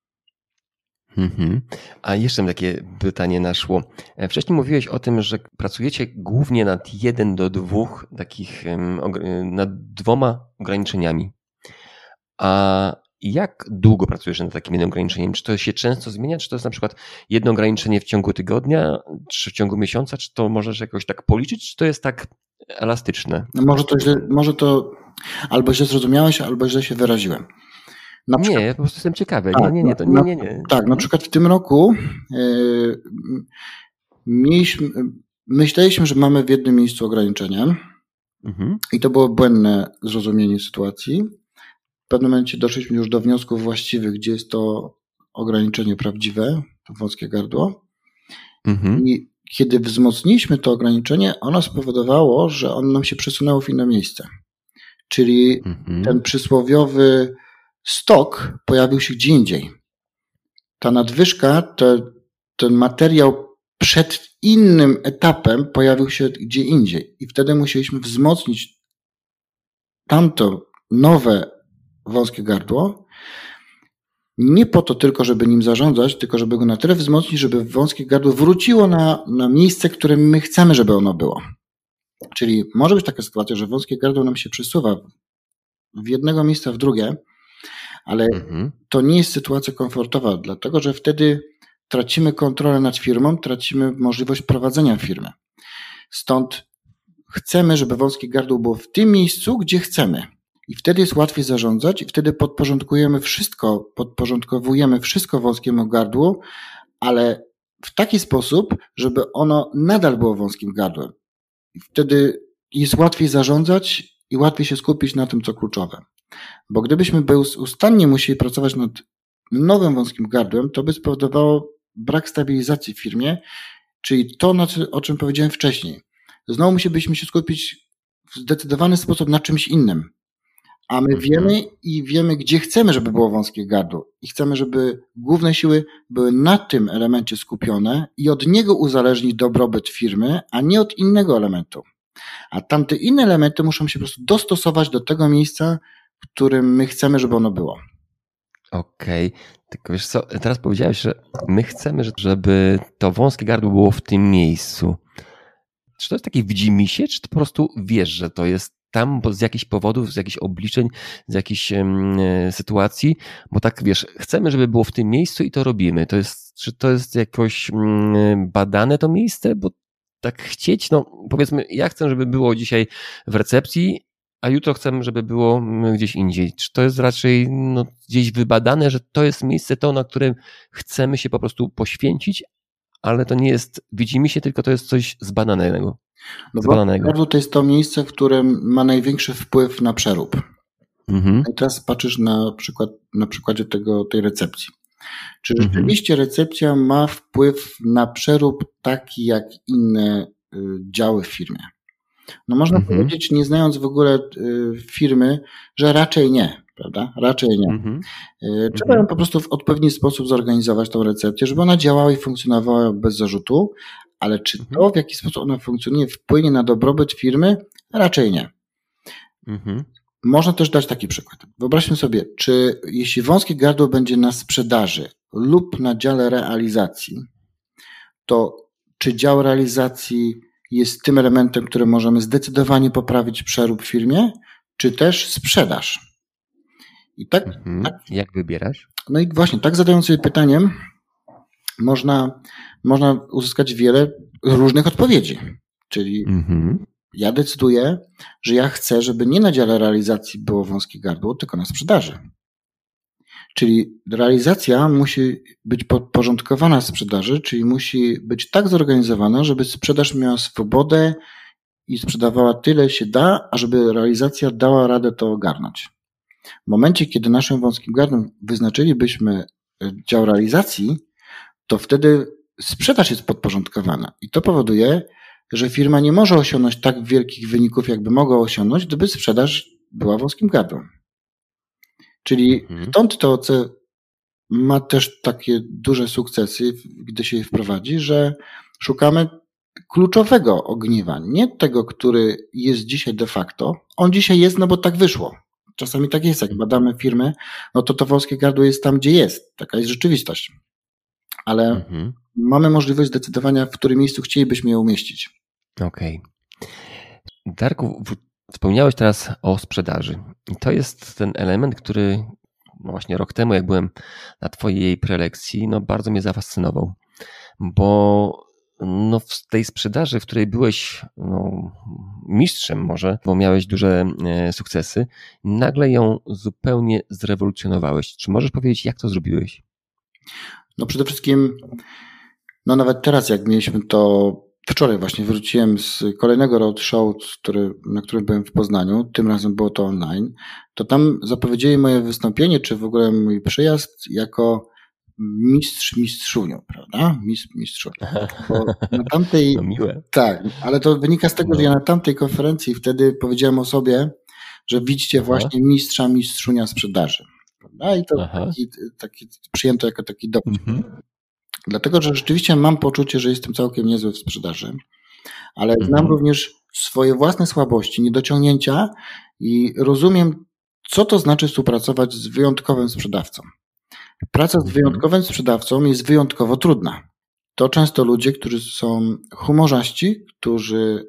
A jeszcze takie pytanie naszło. Wcześniej mówiłeś o tym, że pracujecie głównie nad 1 do 2 takich, nad 2 ograniczeniami. A jak długo pracujesz nad takim jednym ograniczeniem? Czy to się często zmienia? Czy to jest na przykład jedno ograniczenie w ciągu tygodnia, czy w ciągu miesiąca? Czy to możesz jakoś tak policzyć? Czy to jest tak elastyczne? Może to albo źle zrozumiałeś, albo źle się wyraziłem. Nie, ja po prostu jestem ciekawy. Nie. Tak, na przykład w tym roku myśleliśmy, że mamy w jednym miejscu ograniczenie i to było błędne zrozumienie sytuacji. W pewnym momencie doszliśmy już do wniosków właściwych, gdzie jest to ograniczenie prawdziwe, to wąskie gardło. I kiedy wzmocniliśmy to ograniczenie, ono spowodowało, że ono nam się przesunęło w inne miejsce. Czyli ten przysłowiowy stok pojawił się gdzie indziej. Ta nadwyżka, ten materiał przed innym etapem pojawił się gdzie indziej. I wtedy musieliśmy wzmocnić tamto nowe wąskie gardło. Nie po to tylko, żeby nim zarządzać, tylko żeby go na tyle wzmocnić, żeby wąskie gardło wróciło na miejsce, które my chcemy, żeby ono było. Czyli może być taka sytuacja, że wąskie gardło nam się przesuwa w jednego miejsca w drugie, ale to nie jest sytuacja komfortowa, dlatego że wtedy tracimy kontrolę nad firmą, tracimy możliwość prowadzenia firmy. Stąd chcemy, żeby wąskie gardło było w tym miejscu, gdzie chcemy. I wtedy jest łatwiej zarządzać i wtedy podporządkowujemy wszystko wąskiemu gardłu, ale w taki sposób, żeby ono nadal było wąskim gardłem. I wtedy jest łatwiej zarządzać i łatwiej się skupić na tym, co kluczowe. Bo gdybyśmy nieustannie musieli pracować nad nowym wąskim gardłem, to by spowodowało brak stabilizacji w firmie, czyli to, o czym powiedziałem wcześniej. Znowu musielibyśmy się skupić w zdecydowany sposób na czymś innym. A my wiemy, gdzie chcemy, żeby było wąskie gardło. I chcemy, żeby główne siły były na tym elemencie skupione i od niego uzależnić dobrobyt firmy, a nie od innego elementu. A tamte inne elementy muszą się po prostu dostosować do tego miejsca, w którym my chcemy, żeby ono było. Okej. Tylko wiesz co, teraz powiedziałeś, że my chcemy, żeby to wąskie gardło było w tym miejscu. Czy to jest takie widzimisię, czy ty po prostu wiesz, że to jest tam z jakichś powodów, z jakichś obliczeń, z jakichś sytuacji, bo tak wiesz, chcemy, żeby było w tym miejscu i to robimy. Czy to jest jakoś badane to miejsce, bo tak chcieć, no powiedzmy, ja chcę, żeby było dzisiaj w recepcji, a jutro chcemy, żeby było gdzieś indziej. Czy to jest raczej gdzieś wybadane, że to jest miejsce na którym chcemy się po prostu poświęcić, ale to nie jest widzimisię, tylko to jest coś zbadanego. Gardło to jest to miejsce, w którym ma największy wpływ na przerób. I teraz patrzysz na przykładzie tej recepcji. Czy rzeczywiście recepcja ma wpływ na przerób taki jak inne działy w firmie? No można powiedzieć, nie znając w ogóle firmy, że raczej nie, prawda? Raczej nie. Trzeba ją po prostu w odpowiedni sposób zorganizować tą recepcję, żeby ona działała i funkcjonowała bez zarzutu, ale czy to, w jaki sposób ona funkcjonuje, wpłynie na dobrobyt firmy? Raczej nie. Można też dać taki przykład. Wyobraźmy sobie, jeśli wąskie gardło będzie na sprzedaży lub na dziale realizacji, to czy dział realizacji jest tym elementem, który możemy zdecydowanie poprawić przerób w firmie, czy też sprzedaż? I tak, jak wybierasz? No i właśnie, tak zadając sobie pytaniem, można uzyskać wiele różnych odpowiedzi. Czyli ja decyduję, że ja chcę, żeby nie na dziale realizacji było wąskie gardło, tylko na sprzedaży. Czyli realizacja musi być podporządkowana sprzedaży, czyli musi być tak zorganizowana, żeby sprzedaż miała swobodę i sprzedawała tyle się da, a żeby realizacja dała radę to ogarnąć. W momencie, kiedy naszym wąskim gardłem wyznaczylibyśmy dział realizacji, to wtedy sprzedaż jest podporządkowana i to powoduje, że firma nie może osiągnąć tak wielkich wyników, jakby mogła osiągnąć, gdyby sprzedaż była wąskim gardłem. Czyli stąd to OC ma też takie duże sukcesy, gdy się je wprowadzi, że szukamy kluczowego ogniwa, nie tego, który jest dzisiaj de facto. On dzisiaj jest, no bo tak wyszło. Czasami tak jest, jak badamy firmę, no to wąskie gardło jest tam, gdzie jest. Taka jest rzeczywistość. Ale mamy możliwość zdecydowania, w którym miejscu chcielibyśmy je umieścić. Okej. Darku, wspomniałeś teraz o sprzedaży. I to jest ten element, który właśnie rok temu, jak byłem na twojej prelekcji, bardzo mnie zafascynował. Bo w tej sprzedaży, w której byłeś mistrzem może, bo miałeś duże sukcesy, nagle ją zupełnie zrewolucjonowałeś. Czy możesz powiedzieć, jak to zrobiłeś? No przede wszystkim, nawet teraz, jak mieliśmy to, wczoraj właśnie wróciłem z kolejnego roadshow, na którym byłem w Poznaniu, tym razem było to online, to tam zapowiedzieli moje wystąpienie, czy w ogóle mój przyjazd jako mistrzunią, prawda? Mistrzunią. Bo na tamtej, miłe. Tak, ale to wynika z tego, że ja na tamtej konferencji wtedy powiedziałem o sobie, że widzicie właśnie mistrzunia sprzedaży. Prawda? I to taki przyjęto jako taki dowód. Dlatego, że rzeczywiście mam poczucie, że jestem całkiem niezły w sprzedaży, ale znam również swoje własne słabości, niedociągnięcia i rozumiem, co to znaczy współpracować z wyjątkowym sprzedawcą. Praca z wyjątkowym sprzedawcą jest wyjątkowo trudna. To często ludzie, którzy są humorzaści, którzy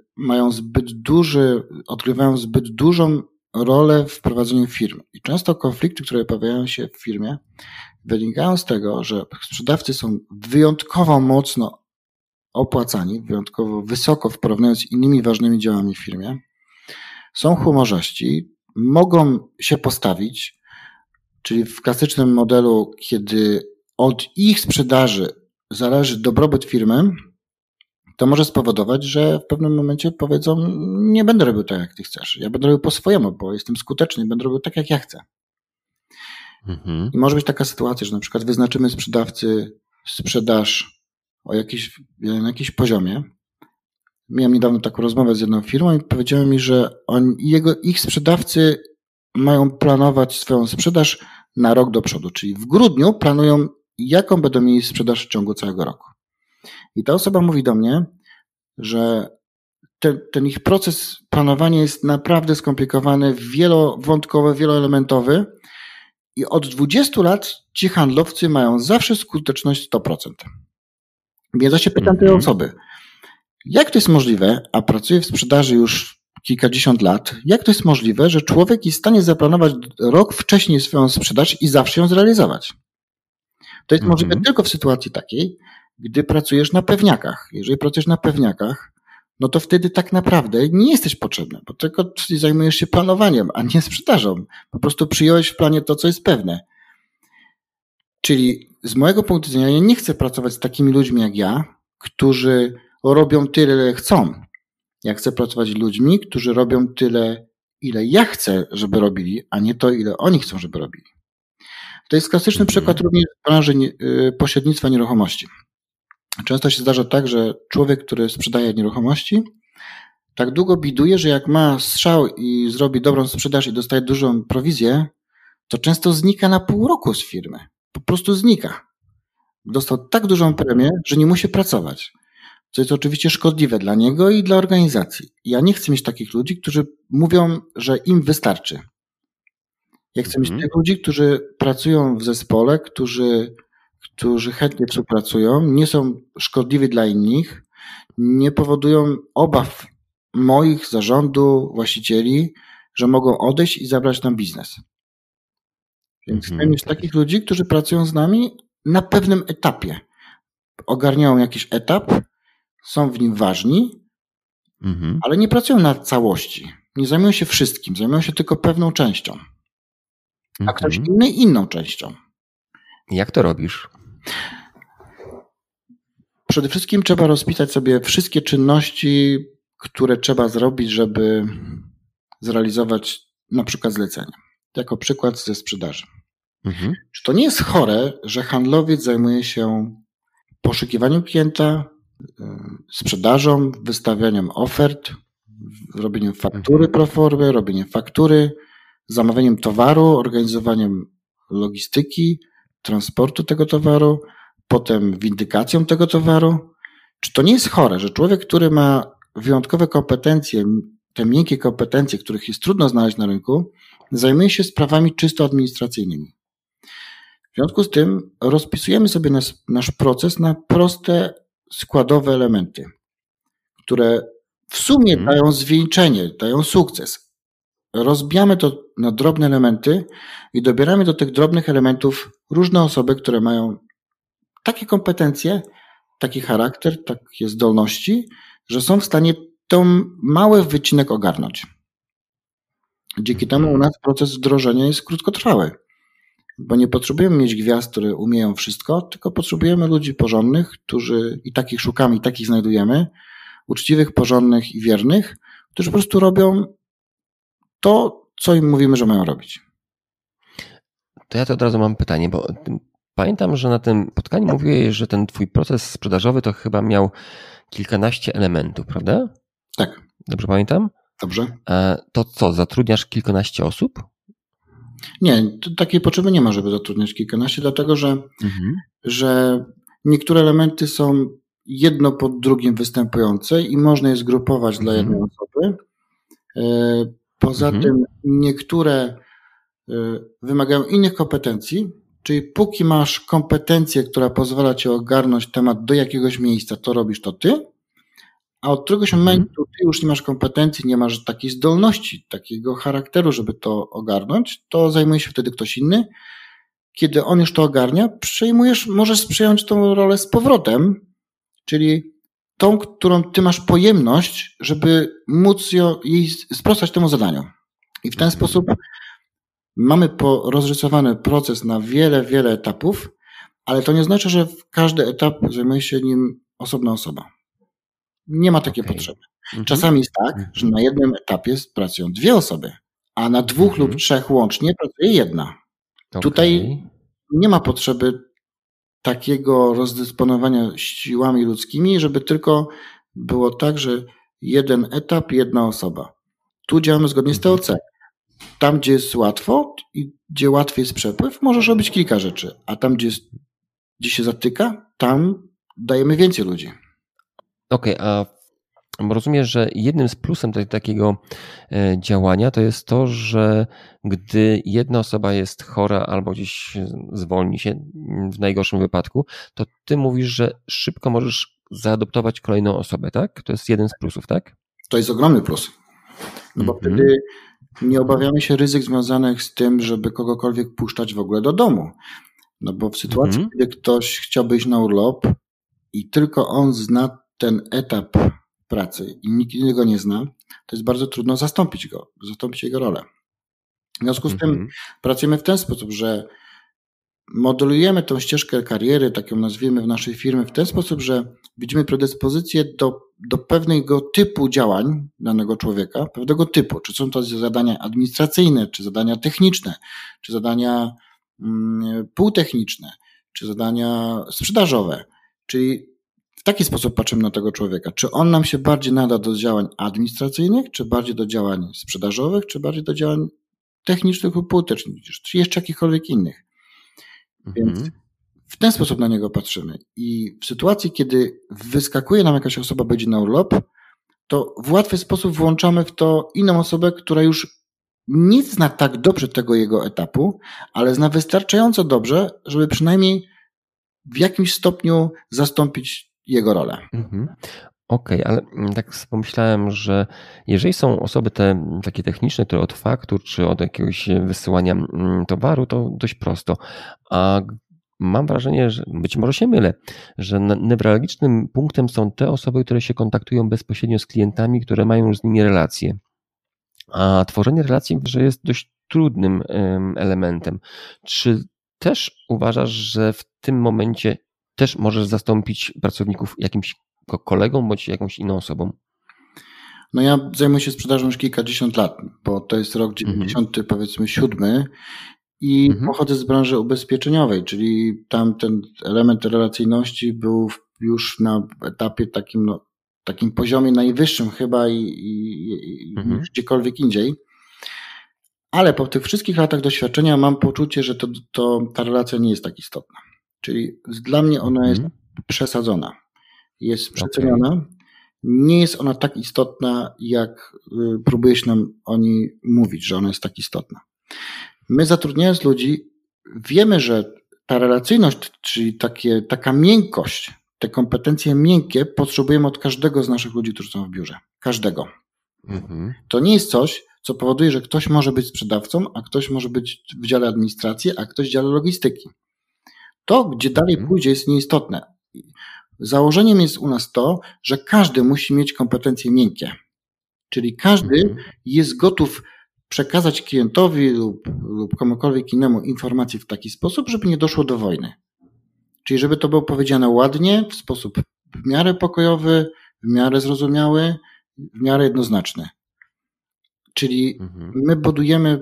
odgrywają zbyt dużą rolę w prowadzeniu firmy. I często konflikty, które pojawiają się w firmie, wynikają z tego, że sprzedawcy są wyjątkowo mocno opłacani wyjątkowo wysoko w porównaniu z innymi ważnymi działami w firmie, są humorzaści, mogą się postawić, czyli w klasycznym modelu, kiedy od ich sprzedaży zależy dobrobyt firmy, to może spowodować, że w pewnym momencie powiedzą, nie będę robił tak, jak ty chcesz. Ja będę robił po swojemu, bo jestem skuteczny i będę robił tak, jak ja chcę. I może być taka sytuacja, że na przykład wyznaczymy sprzedawcy sprzedaż na jakimś poziomie. Miałem niedawno taką rozmowę z jedną firmą i powiedziała mi, że ich sprzedawcy mają planować swoją sprzedaż na rok do przodu, czyli w grudniu planują, jaką będą mieli sprzedaż w ciągu całego roku. I ta osoba mówi do mnie, że ten ich proces planowania jest naprawdę skomplikowany, wielowątkowy, wieloelementowy i od 20 lat ci handlowcy mają zawsze skuteczność 100%. Więc ja się pytam tej osoby, jak to jest możliwe, a pracuję w sprzedaży już kilkadziesiąt lat, jak to jest możliwe, że człowiek jest w stanie zaplanować rok wcześniej swoją sprzedaż i zawsze ją zrealizować? To jest możliwe tylko w sytuacji takiej, gdy pracujesz na pewniakach. Jeżeli pracujesz na pewniakach, no to wtedy tak naprawdę nie jesteś potrzebny, bo tylko zajmujesz się planowaniem, a nie sprzedażą. Po prostu przyjąłeś w planie to, co jest pewne. Czyli z mojego punktu widzenia ja nie chcę pracować z takimi ludźmi jak ja, którzy robią tyle, ile chcą. Ja chcę pracować z ludźmi, którzy robią tyle, ile ja chcę, żeby robili, a nie to, ile oni chcą, żeby robili. To jest klasyczny przykład również w branży pośrednictwa nieruchomości. Często się zdarza tak, że człowiek, który sprzedaje nieruchomości, tak długo biduje, że jak ma strzał i zrobi dobrą sprzedaż i dostaje dużą prowizję, to często znika na pół roku z firmy. Po prostu znika. Dostał tak dużą premię, że nie musi pracować. Co jest oczywiście szkodliwe dla niego i dla organizacji. Ja nie chcę mieć takich ludzi, którzy mówią, że im wystarczy. Ja chcę mieć tych ludzi, którzy pracują w zespole, którzy chętnie współpracują, nie są szkodliwi dla innych, nie powodują obaw moich, zarządu, właścicieli, że mogą odejść i zabrać nam biznes. Więc chcę mieć takich ludzi, którzy pracują z nami na pewnym etapie. Ogarniają jakiś etap, są w nim ważni, ale nie pracują na całości. Nie zajmują się wszystkim, zajmują się tylko pewną częścią. A ktoś inny inną częścią. Jak to robisz? Przede wszystkim trzeba rozpisać sobie wszystkie czynności, które trzeba zrobić, żeby zrealizować na przykład zlecenie. Jako przykład ze sprzedaży. Czy to nie jest chore, że handlowiec zajmuje się poszukiwaniem klienta, sprzedażą, wystawianiem ofert, robieniem faktury pro formy, robieniem faktury, zamawianiem towaru, organizowaniem logistyki, transportu tego towaru, potem windykacją tego towaru? Czy to nie jest chore, że człowiek, który ma wyjątkowe kompetencje, te miękkie kompetencje, których jest trudno znaleźć na rynku, zajmuje się sprawami czysto administracyjnymi? W związku z tym rozpisujemy sobie nasz proces na proste, składowe elementy, które w sumie dają zwieńczenie, dają sukces. Rozbijamy to na drobne elementy i dobieramy do tych drobnych elementów różne osoby, które mają takie kompetencje, taki charakter, takie zdolności, że są w stanie ten mały wycinek ogarnąć. Dzięki temu u nas proces wdrożenia jest krótkotrwały, bo nie potrzebujemy mieć gwiazd, które umieją wszystko, tylko potrzebujemy ludzi porządnych, którzy i takich szukamy, i takich znajdujemy, uczciwych, porządnych i wiernych, którzy po prostu robią to, co im mówimy, że mają robić. To ja to od razu mam pytanie, bo pamiętam, że na tym spotkaniu mówiłeś, że ten twój proces sprzedażowy to chyba miał kilkanaście elementów, prawda? Tak. Dobrze pamiętam? Dobrze. To co, zatrudniasz kilkanaście osób? Nie, takiej potrzeby nie ma, żeby zatrudniać kilkanaście, dlatego że niektóre elementy są jedno po drugim występujące i można je zgrupować dla jednej osoby. Poza tym niektóre wymagają innych kompetencji, czyli póki masz kompetencję, która pozwala ci ogarnąć temat do jakiegoś miejsca, to robisz to ty, a od któregoś momentu ty już nie masz kompetencji, nie masz takiej zdolności, takiego charakteru, żeby to ogarnąć, to zajmuje się wtedy ktoś inny. Kiedy on już to ogarnia, możesz przejąć tą rolę z powrotem, czyli tą, którą ty masz pojemność, żeby móc jej sprostać temu zadaniu. I w ten sposób mamy rozrysowany proces na wiele, wiele etapów, ale to nie znaczy, że w każdy etap zajmuje się nim osobna osoba. Nie ma takiej potrzeby. Czasami jest tak, że na jednym etapie pracują 2 osoby, a na 2 lub 3 łącznie pracuje 1. Tutaj nie ma potrzeby takiego rozdysponowania siłami ludzkimi, żeby tylko było tak, że jeden etap, 1 osoba. Tu działamy zgodnie z TOC. Tam, gdzie jest łatwo i gdzie łatwiej jest przepływ, możesz robić kilka rzeczy, a tam, gdzie się zatyka, tam dajemy więcej ludzi. Okej, a rozumiem, że jednym z plusem takiego działania to jest to, że gdy jedna osoba jest chora albo gdzieś zwolni się w najgorszym wypadku, to ty mówisz, że szybko możesz zaadoptować kolejną osobę, tak? To jest jeden z plusów, tak? To jest ogromny plus. No bo wtedy nie obawiamy się ryzyk związanych z tym, żeby kogokolwiek puszczać w ogóle do domu. No bo w sytuacji, kiedy ktoś chciałby iść na urlop i tylko on zna ten etap pracy i nikt innego nie zna, to jest bardzo trudno zastąpić jego rolę. W związku z tym pracujemy w ten sposób, że modelujemy tą ścieżkę kariery, tak ją nazwijmy w naszej firmie, w ten sposób, że widzimy predyspozycję do pewnego typu działań danego człowieka, pewnego typu. Czy są to zadania administracyjne, czy zadania techniczne, czy zadania półtechniczne, czy zadania sprzedażowe. Czyli w taki sposób patrzymy na tego człowieka. Czy on nam się bardziej nada do działań administracyjnych, czy bardziej do działań sprzedażowych, czy bardziej do działań technicznych lub półtechnicznych, czy jeszcze jakichkolwiek innych. Więc w ten sposób na niego patrzymy. I w sytuacji, kiedy wyskakuje nam jakaś osoba, będzie na urlop, to w łatwy sposób włączamy w to inną osobę, która już nie zna tak dobrze tego jego etapu, ale zna wystarczająco dobrze, żeby przynajmniej w jakimś stopniu zastąpić jego rolę. Okej, ale tak pomyślałem, że jeżeli są osoby te takie techniczne, które od faktur czy od jakiegoś wysyłania towaru, to dość prosto. A mam wrażenie, że być może się mylę, że newralgicznym punktem są te osoby, które się kontaktują bezpośrednio z klientami, które mają już z nimi relacje. A tworzenie relacji że jest dość trudnym elementem. Czy też uważasz, że w tym momencie też możesz zastąpić pracowników jakimś kolegą bądź jakąś inną osobą? No ja zajmuję się sprzedażą już kilkadziesiąt lat, bo to jest rok 90, powiedzmy 7 i pochodzę z branży ubezpieczeniowej, czyli tam ten element relacyjności był już na etapie takim poziomie najwyższym chyba niż gdziekolwiek indziej. Ale po tych wszystkich latach doświadczenia mam poczucie, że ta relacja nie jest tak istotna. Czyli dla mnie ona jest przesadzona. Jest przeceniona. Nie jest ona tak istotna, jak próbuje się nam o niej mówić, że ona jest tak istotna. My zatrudniając ludzi, wiemy, że ta relacyjność, czyli taka miękkość, te kompetencje miękkie potrzebujemy od każdego z naszych ludzi, którzy są w biurze. Każdego. To nie jest coś, co powoduje, że ktoś może być sprzedawcą, a ktoś może być w dziale administracji, a ktoś w dziale logistyki. To, gdzie dalej pójdzie, jest nieistotne. Założeniem jest u nas to, że każdy musi mieć kompetencje miękkie. Czyli każdy jest gotów przekazać klientowi lub komukolwiek innemu informacje w taki sposób, żeby nie doszło do wojny. Czyli żeby to było powiedziane ładnie, w sposób w miarę pokojowy, w miarę zrozumiały, w miarę jednoznaczny. Czyli my budujemy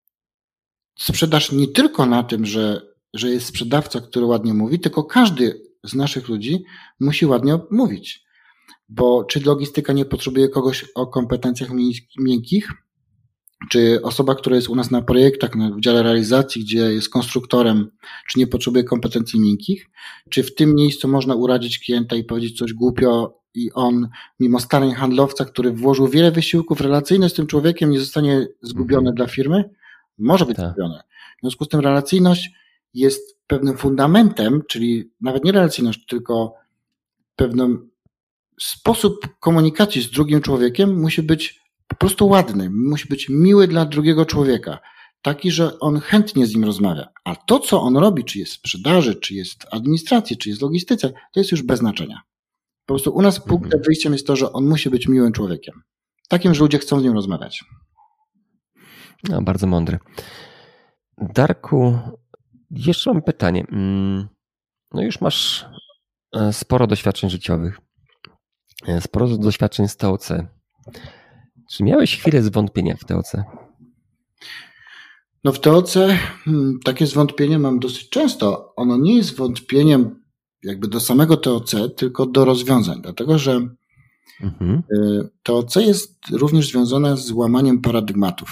sprzedaż nie tylko na tym, że jest sprzedawca, który ładnie mówi, tylko każdy z naszych ludzi musi ładnie mówić. Bo czy logistyka nie potrzebuje kogoś o kompetencjach miękkich, czy osoba, która jest u nas na projektach, w dziale realizacji, gdzie jest konstruktorem, czy nie potrzebuje kompetencji miękkich, czy w tym miejscu można uradzić klienta i powiedzieć coś głupio i on, mimo starań handlowca, który włożył wiele wysiłków relacyjnych z tym człowiekiem, nie zostanie zgubiony dla firmy? Może być zgubiony. W związku z tym relacyjność jest pewnym fundamentem, czyli nawet nie relacyjność, tylko pewien sposób komunikacji z drugim człowiekiem musi być po prostu ładny, musi być miły dla drugiego człowieka, taki, że on chętnie z nim rozmawia. A to, co on robi, czy jest w sprzedaży, czy jest w administracji, czy jest w logistyce, to jest już bez znaczenia. Po prostu u nas punktem wyjściem jest to, że on musi być miłym człowiekiem. Takim, że ludzie chcą z nim rozmawiać. No, bardzo mądry. Darku, jeszcze mam pytanie. No już masz sporo doświadczeń życiowych, sporo doświadczeń z TOC. Czy miałeś chwilę zwątpienia w TOC? No w TOC takie zwątpienie mam dosyć często. Ono nie jest wątpieniem jakby do samego TOC, tylko do rozwiązań, dlatego że TOC jest również związane z łamaniem paradygmatów.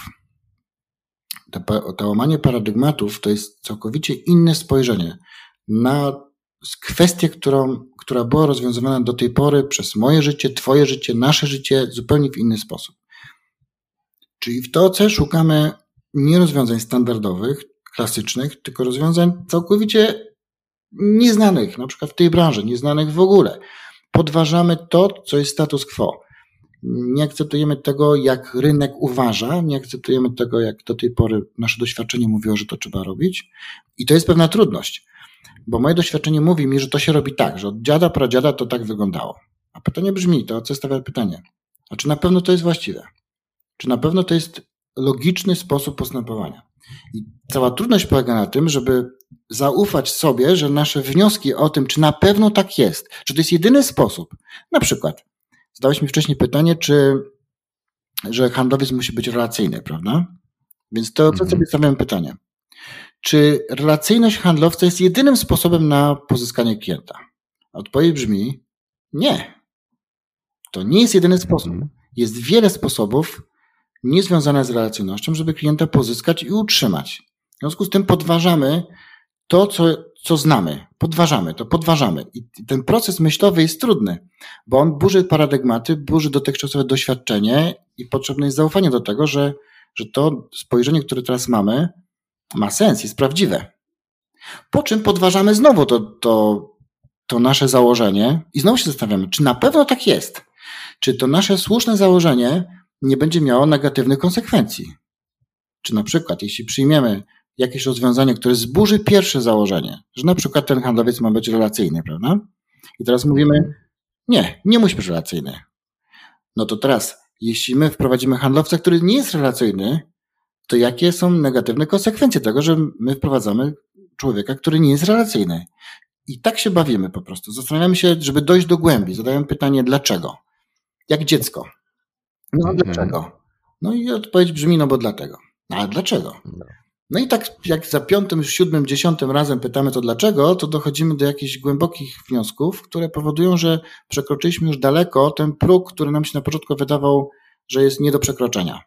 To łamanie paradygmatów to jest całkowicie inne spojrzenie na kwestię, która była rozwiązywana do tej pory przez moje życie, twoje życie, nasze życie zupełnie w inny sposób. Czyli w TOC szukamy nie rozwiązań standardowych, klasycznych, tylko rozwiązań całkowicie nieznanych, na przykład w tej branży, nieznanych w ogóle. Podważamy to, co jest status quo. Nie akceptujemy tego, jak rynek uważa, nie akceptujemy tego, jak do tej pory nasze doświadczenie mówiło, że to trzeba robić. I to jest pewna trudność, bo moje doświadczenie mówi mi, że to się robi tak, że od dziada, pradziada to tak wyglądało. A pytanie brzmi, to co stawia pytanie, a czy na pewno to jest właściwe? Czy na pewno to jest logiczny sposób postępowania? I cała trudność polega na tym, żeby zaufać sobie, że nasze wnioski o tym, czy na pewno tak jest, czy to jest jedyny sposób. Na przykład, zadałeś mi wcześniej pytanie, że handlowiec musi być relacyjny, prawda? Więc to sobie stawiam pytanie. Czy relacyjność handlowca jest jedynym sposobem na pozyskanie klienta? Odpowiedź brzmi nie. To nie jest jedyny sposób. Jest wiele sposobów niezwiązane z relacyjnością, żeby klienta pozyskać i utrzymać. W związku z tym podważamy to, co znamy. Podważamy. I ten proces myślowy jest trudny, bo on burzy paradygmaty, burzy dotychczasowe doświadczenie i potrzebne jest zaufanie do tego, że to spojrzenie, które teraz mamy, ma sens, jest prawdziwe. Po czym podważamy znowu to nasze założenie i znowu się zastanawiamy, czy na pewno tak jest. Czy to nasze słuszne założenie nie będzie miało negatywnych konsekwencji. Czy na przykład, jeśli przyjmiemy jakieś rozwiązanie, które zburzy pierwsze założenie, że na przykład ten handlowiec ma być relacyjny, prawda? I teraz mówimy, nie musi być relacyjny. No to teraz, jeśli my wprowadzimy handlowca, który nie jest relacyjny, to jakie są negatywne konsekwencje tego, że my wprowadzamy człowieka, który nie jest relacyjny? I tak się bawimy po prostu. Zastanawiamy się, żeby dojść do głębi. Zadajemy pytanie, dlaczego? Jak dziecko. No dlaczego? No i odpowiedź brzmi, no bo dlatego. A dlaczego? No i tak jak za 5., 7., 10. razem pytamy to dlaczego, to dochodzimy do jakichś głębokich wniosków, które powodują, że przekroczyliśmy już daleko ten próg, który nam się na początku wydawał, że jest nie do przekroczenia.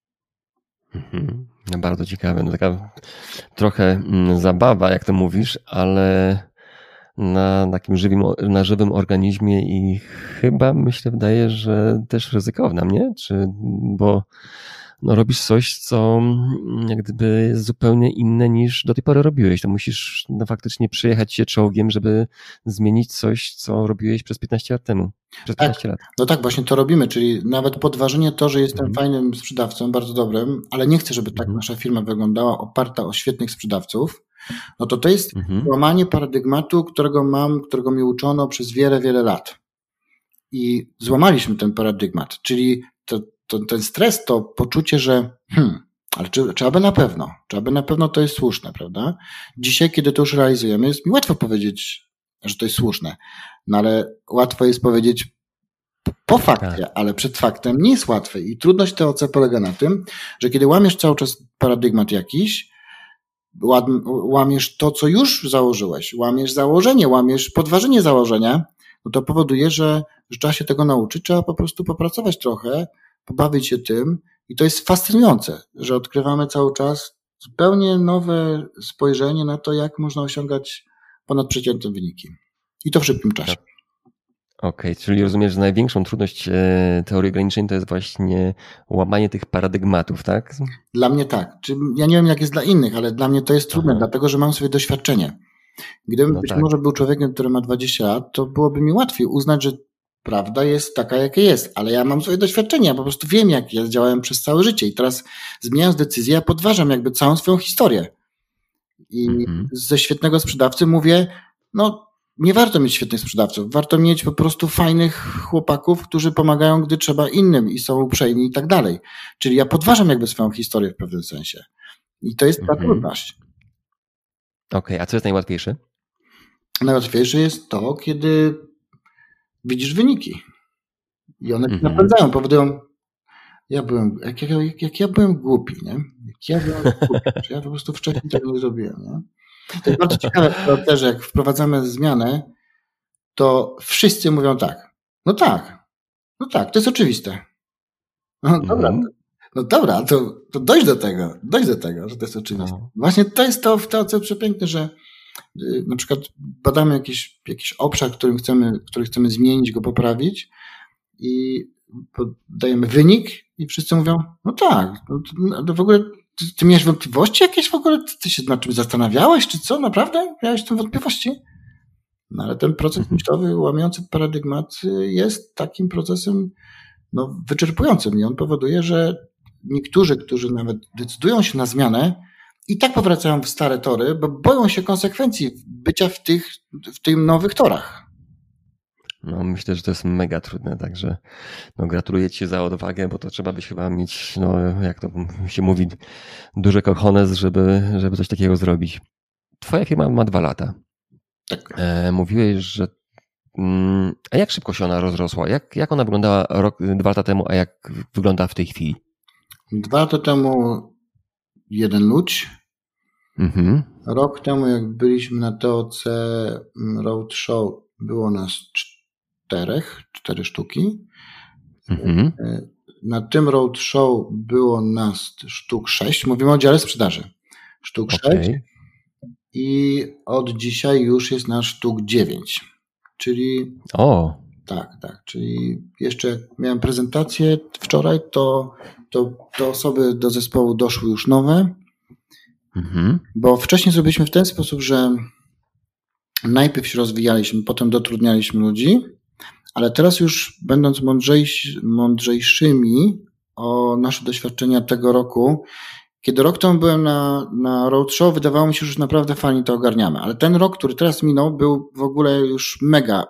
No bardzo ciekawe. No taka trochę zabawa, jak to mówisz, ale na takim żywym organizmie i chyba wydaje, że też ryzykowna, nie? Bo robisz coś, co jak gdyby jest zupełnie inne niż do tej pory robiłeś. To musisz faktycznie przejechać się czołgiem, żeby zmienić coś, co robiłeś przez 15 lat temu. Przez 15 lat. No tak, właśnie to robimy, czyli nawet podważenie to, że jestem fajnym sprzedawcą, bardzo dobrym, ale nie chcę, żeby tak nasza firma wyglądała oparta o świetnych sprzedawców, no to jest łamanie paradygmatu, którego mnie uczono przez wiele, wiele lat. I złamaliśmy ten paradygmat, czyli ten stres, to poczucie, że ale czy aby na pewno? Czy aby na pewno to jest słuszne, prawda? Dzisiaj, kiedy to już realizujemy, jest mi łatwo powiedzieć, że to jest słuszne, no ale łatwo jest powiedzieć po fakcie, ale przed faktem nie jest łatwe. I trudność TOC polega na tym, że kiedy łamiesz cały czas paradygmat jakiś, łamiesz to, co już założyłeś, łamiesz założenie, łamiesz podważenie założenia, no to powoduje, że trzeba się tego nauczyć, trzeba po prostu popracować trochę, pobawić się tym i to jest fascynujące, że odkrywamy cały czas zupełnie nowe spojrzenie na to, jak można osiągać ponadprzeciętne wyniki. I to w szybkim czasie. Okej, czyli rozumiesz, że największą trudność teorii ograniczeń to jest właśnie łamanie tych paradygmatów, tak? Dla mnie tak. Ja nie wiem, jak jest dla innych, ale dla mnie to jest trudne, dlatego że mam sobie doświadczenie. Gdybym może był człowiekiem, który ma 20 lat, to byłoby mi łatwiej uznać, że prawda jest taka, jaka jest, ale ja mam swoje doświadczenie, ja po prostu wiem, jak ja działałem przez całe życie i teraz zmieniając decyzję, ja podważam jakby całą swoją historię. I ze świetnego sprzedawcy mówię, no nie warto mieć świetnych sprzedawców, warto mieć po prostu fajnych chłopaków, którzy pomagają, gdy trzeba innym i są uprzejmi i tak dalej. Czyli ja podważam jakby swoją historię w pewnym sensie. I to jest ta trudność. Okej, a co jest najłatwiejsze? Najłatwiejsze jest to, kiedy widzisz wyniki. I one cię napędzają, powodują. Jak ja byłem głupi, nie? Jak ja byłem głupi, że ja po prostu wcześniej tego nie zrobiłem, nie? To jest bardzo ciekawe w teatrze, jak wprowadzamy zmianę, to wszyscy mówią tak. No tak, to jest oczywiste. No dobra, to dojść do tego, że to jest oczywiste. No. Właśnie to jest to w teatrze przepiękne, że na przykład badamy jakiś obszar, który chcemy zmienić, go poprawić i dajemy wynik i wszyscy mówią, no tak, no w ogóle ty miałeś wątpliwości jakieś w ogóle? Ty się nad czymś zastanawiałeś, czy co? Naprawdę? Miałeś w tym wątpliwości? No ale ten proces myślowy łamiący paradygmat jest takim procesem wyczerpującym i on powoduje, że niektórzy, którzy nawet decydują się na zmianę, i tak powracają w stare tory, bo boją się konsekwencji bycia w tych nowych torach. No, myślę, że to jest mega trudne, także gratuluję Ci za odwagę, bo to trzeba by chyba mieć, jak to się mówi, duże cojones, żeby coś takiego zrobić. Twoja firma ma 2 lata. Tak. Mówiłeś, że a jak szybko się ona rozrosła? Jak ona wyglądała 2 lata temu, a jak wygląda w tej chwili? 2 lata temu 1 ludź. Rok temu, jak byliśmy na TOC Roadshow, było nas 4 sztuki. Na tym Roadshow było nas sztuk 6. Mówimy o dziale sprzedaży. Sztuk 6. I od dzisiaj już jest na sztuk 9. Czyli tak. Czyli jeszcze miałem prezentację wczoraj, to osoby do zespołu doszły już nowe. Bo wcześniej zrobiliśmy w ten sposób, że najpierw się rozwijaliśmy, potem dotrudnialiśmy ludzi, ale teraz już będąc mądrzejszymi o nasze doświadczenia tego roku, kiedy rok temu byłem na roadshow, wydawało mi się, że już naprawdę fajnie to ogarniamy, ale ten rok, który teraz minął, był w ogóle już mega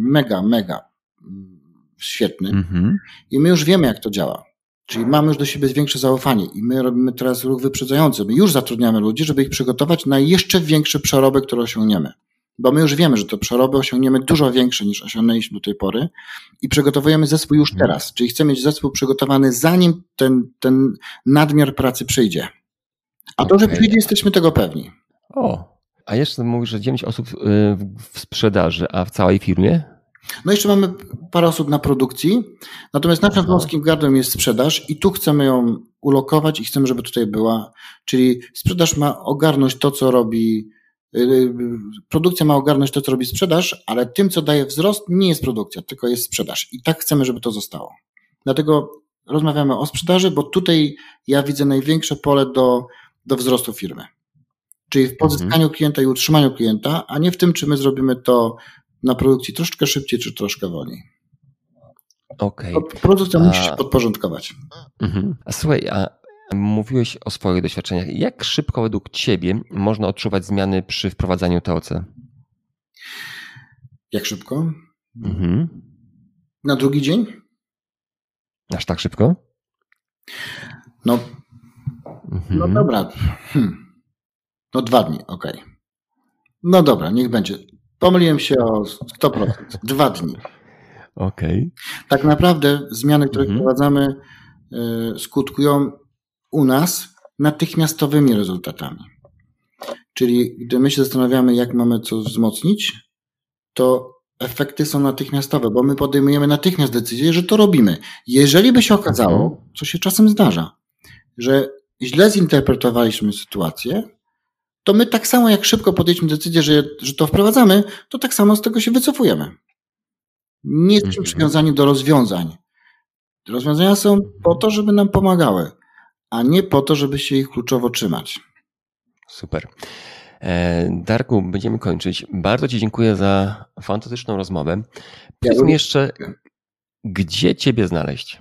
świetny i my już wiemy, jak to działa. Czyli mamy już do siebie większe zaufanie i my robimy teraz ruch wyprzedzający. My już zatrudniamy ludzi, żeby ich przygotować na jeszcze większy przerobek, który osiągniemy. Bo my już wiemy, że te przeroby osiągniemy dużo większe niż osiągnęliśmy do tej pory i przygotowujemy zespół już teraz. Czyli chcemy mieć zespół przygotowany zanim ten nadmiar pracy przyjdzie. A to, że przyjdzie, jesteśmy tego pewni. A jeszcze mówisz, że 9 osób w sprzedaży, a w całej firmie? No jeszcze mamy parę osób na produkcji, natomiast naszym wąskim gardłem jest sprzedaż i tu chcemy ją ulokować i chcemy, żeby tutaj była, czyli sprzedaż ma ogarnąć to, co robi, produkcja ma ogarnąć to, co robi sprzedaż, ale tym, co daje wzrost, nie jest produkcja, tylko jest sprzedaż i tak chcemy, żeby to zostało. Dlatego rozmawiamy o sprzedaży, bo tutaj ja widzę największe pole do wzrostu firmy, czyli w pozyskaniu klienta i utrzymaniu klienta, a nie w tym, czy my zrobimy to na produkcji troszkę szybciej, czy troszkę wolniej. Produkcja musi się podporządkować. A słuchaj, mówiłeś o swoich doświadczeniach. Jak szybko według Ciebie można odczuwać zmiany przy wprowadzaniu TOC? Jak szybko? Na drugi dzień? Aż tak szybko? No dobra. No 2 dni, okej. No dobra, niech będzie. Pomyliłem się o 100%. 2 dni. Tak naprawdę zmiany, które wprowadzamy, skutkują u nas natychmiastowymi rezultatami. Czyli gdy my się zastanawiamy, jak mamy co wzmocnić, to efekty są natychmiastowe, bo my podejmujemy natychmiast decyzję, że to robimy. Jeżeli by się okazało, co się czasem zdarza, że źle zinterpretowaliśmy sytuację, to my tak samo jak szybko podjęliśmy decyzję, że to wprowadzamy, to tak samo z tego się wycofujemy. Nie jesteśmy przywiązani do rozwiązań. Rozwiązania są po to, żeby nam pomagały, a nie po to, żeby się ich kluczowo trzymać. Super. Darku, będziemy kończyć. Bardzo Ci dziękuję za fantastyczną rozmowę. Powiedz mi jeszcze, gdzie Ciebie znaleźć?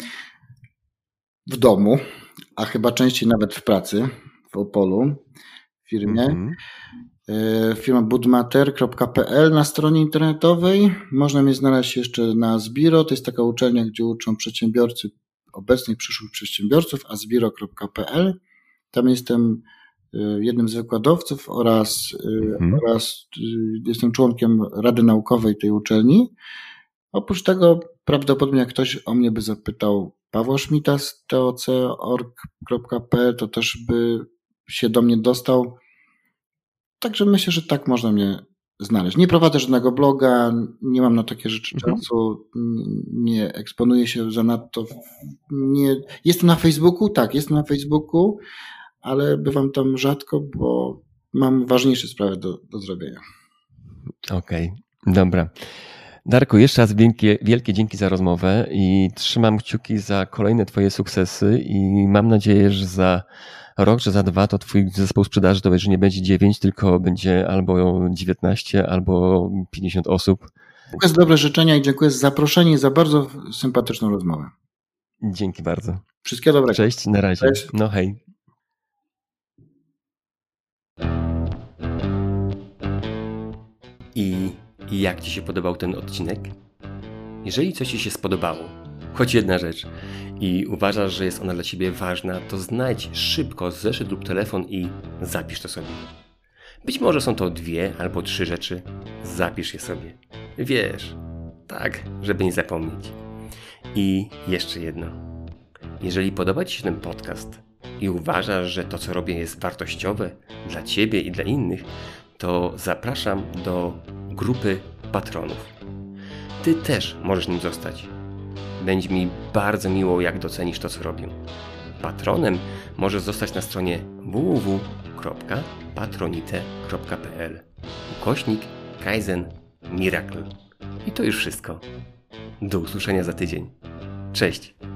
W domu, a chyba częściej nawet w pracy, w Opolu, w firmie. firma budmater.pl na stronie internetowej. Można mnie znaleźć jeszcze na Sbiro. To jest taka uczelnia, gdzie uczą przedsiębiorcy, obecnych, przyszłych przedsiębiorców, asbiro.pl. Tam jestem jednym z wykładowców oraz jestem członkiem Rady Naukowej tej uczelni. Oprócz tego prawdopodobnie jak ktoś o mnie by zapytał Pawła Szmita z toc.org.pl, to też by się do mnie dostał. Także myślę, że tak można mnie znaleźć. Nie prowadzę żadnego bloga, nie mam na takie rzeczy czasu, nie eksponuję się zanadto. Jestem na Facebooku, jestem na Facebooku, ale bywam tam rzadko, bo mam ważniejsze sprawy do zrobienia. Okej, dobra. Darku, jeszcze raz wielkie dzięki za rozmowę i trzymam kciuki za kolejne Twoje sukcesy i mam nadzieję, że za rok, czy za 2 to Twój zespół sprzedaży to już nie będzie 9, tylko będzie albo 19, albo 50 osób. Dziękuję za dobre życzenia i dziękuję za zaproszenie i za bardzo sympatyczną rozmowę. Dzięki bardzo. Wszystkiego dobrego. Cześć, na razie. Cześć. No hej. I jak Ci się podobał ten odcinek? Jeżeli coś Ci się spodobało, choć jedna rzecz, i uważasz, że jest ona dla Ciebie ważna, to znajdź szybko zeszyt lub telefon i zapisz to sobie. Być może są to 2 albo 3 rzeczy, zapisz je sobie. Wiesz, tak, żeby nie zapomnieć. I jeszcze jedno. Jeżeli podoba Ci się ten podcast i uważasz, że to, co robię, jest wartościowe dla Ciebie i dla innych, to zapraszam do grupy patronów. Ty też możesz nim zostać. Będzie mi bardzo miło, jak docenisz to, co robię. Patronem możesz zostać na stronie www.patronite.pl/Kaizen Miracle. I to już wszystko. Do usłyszenia za tydzień. Cześć!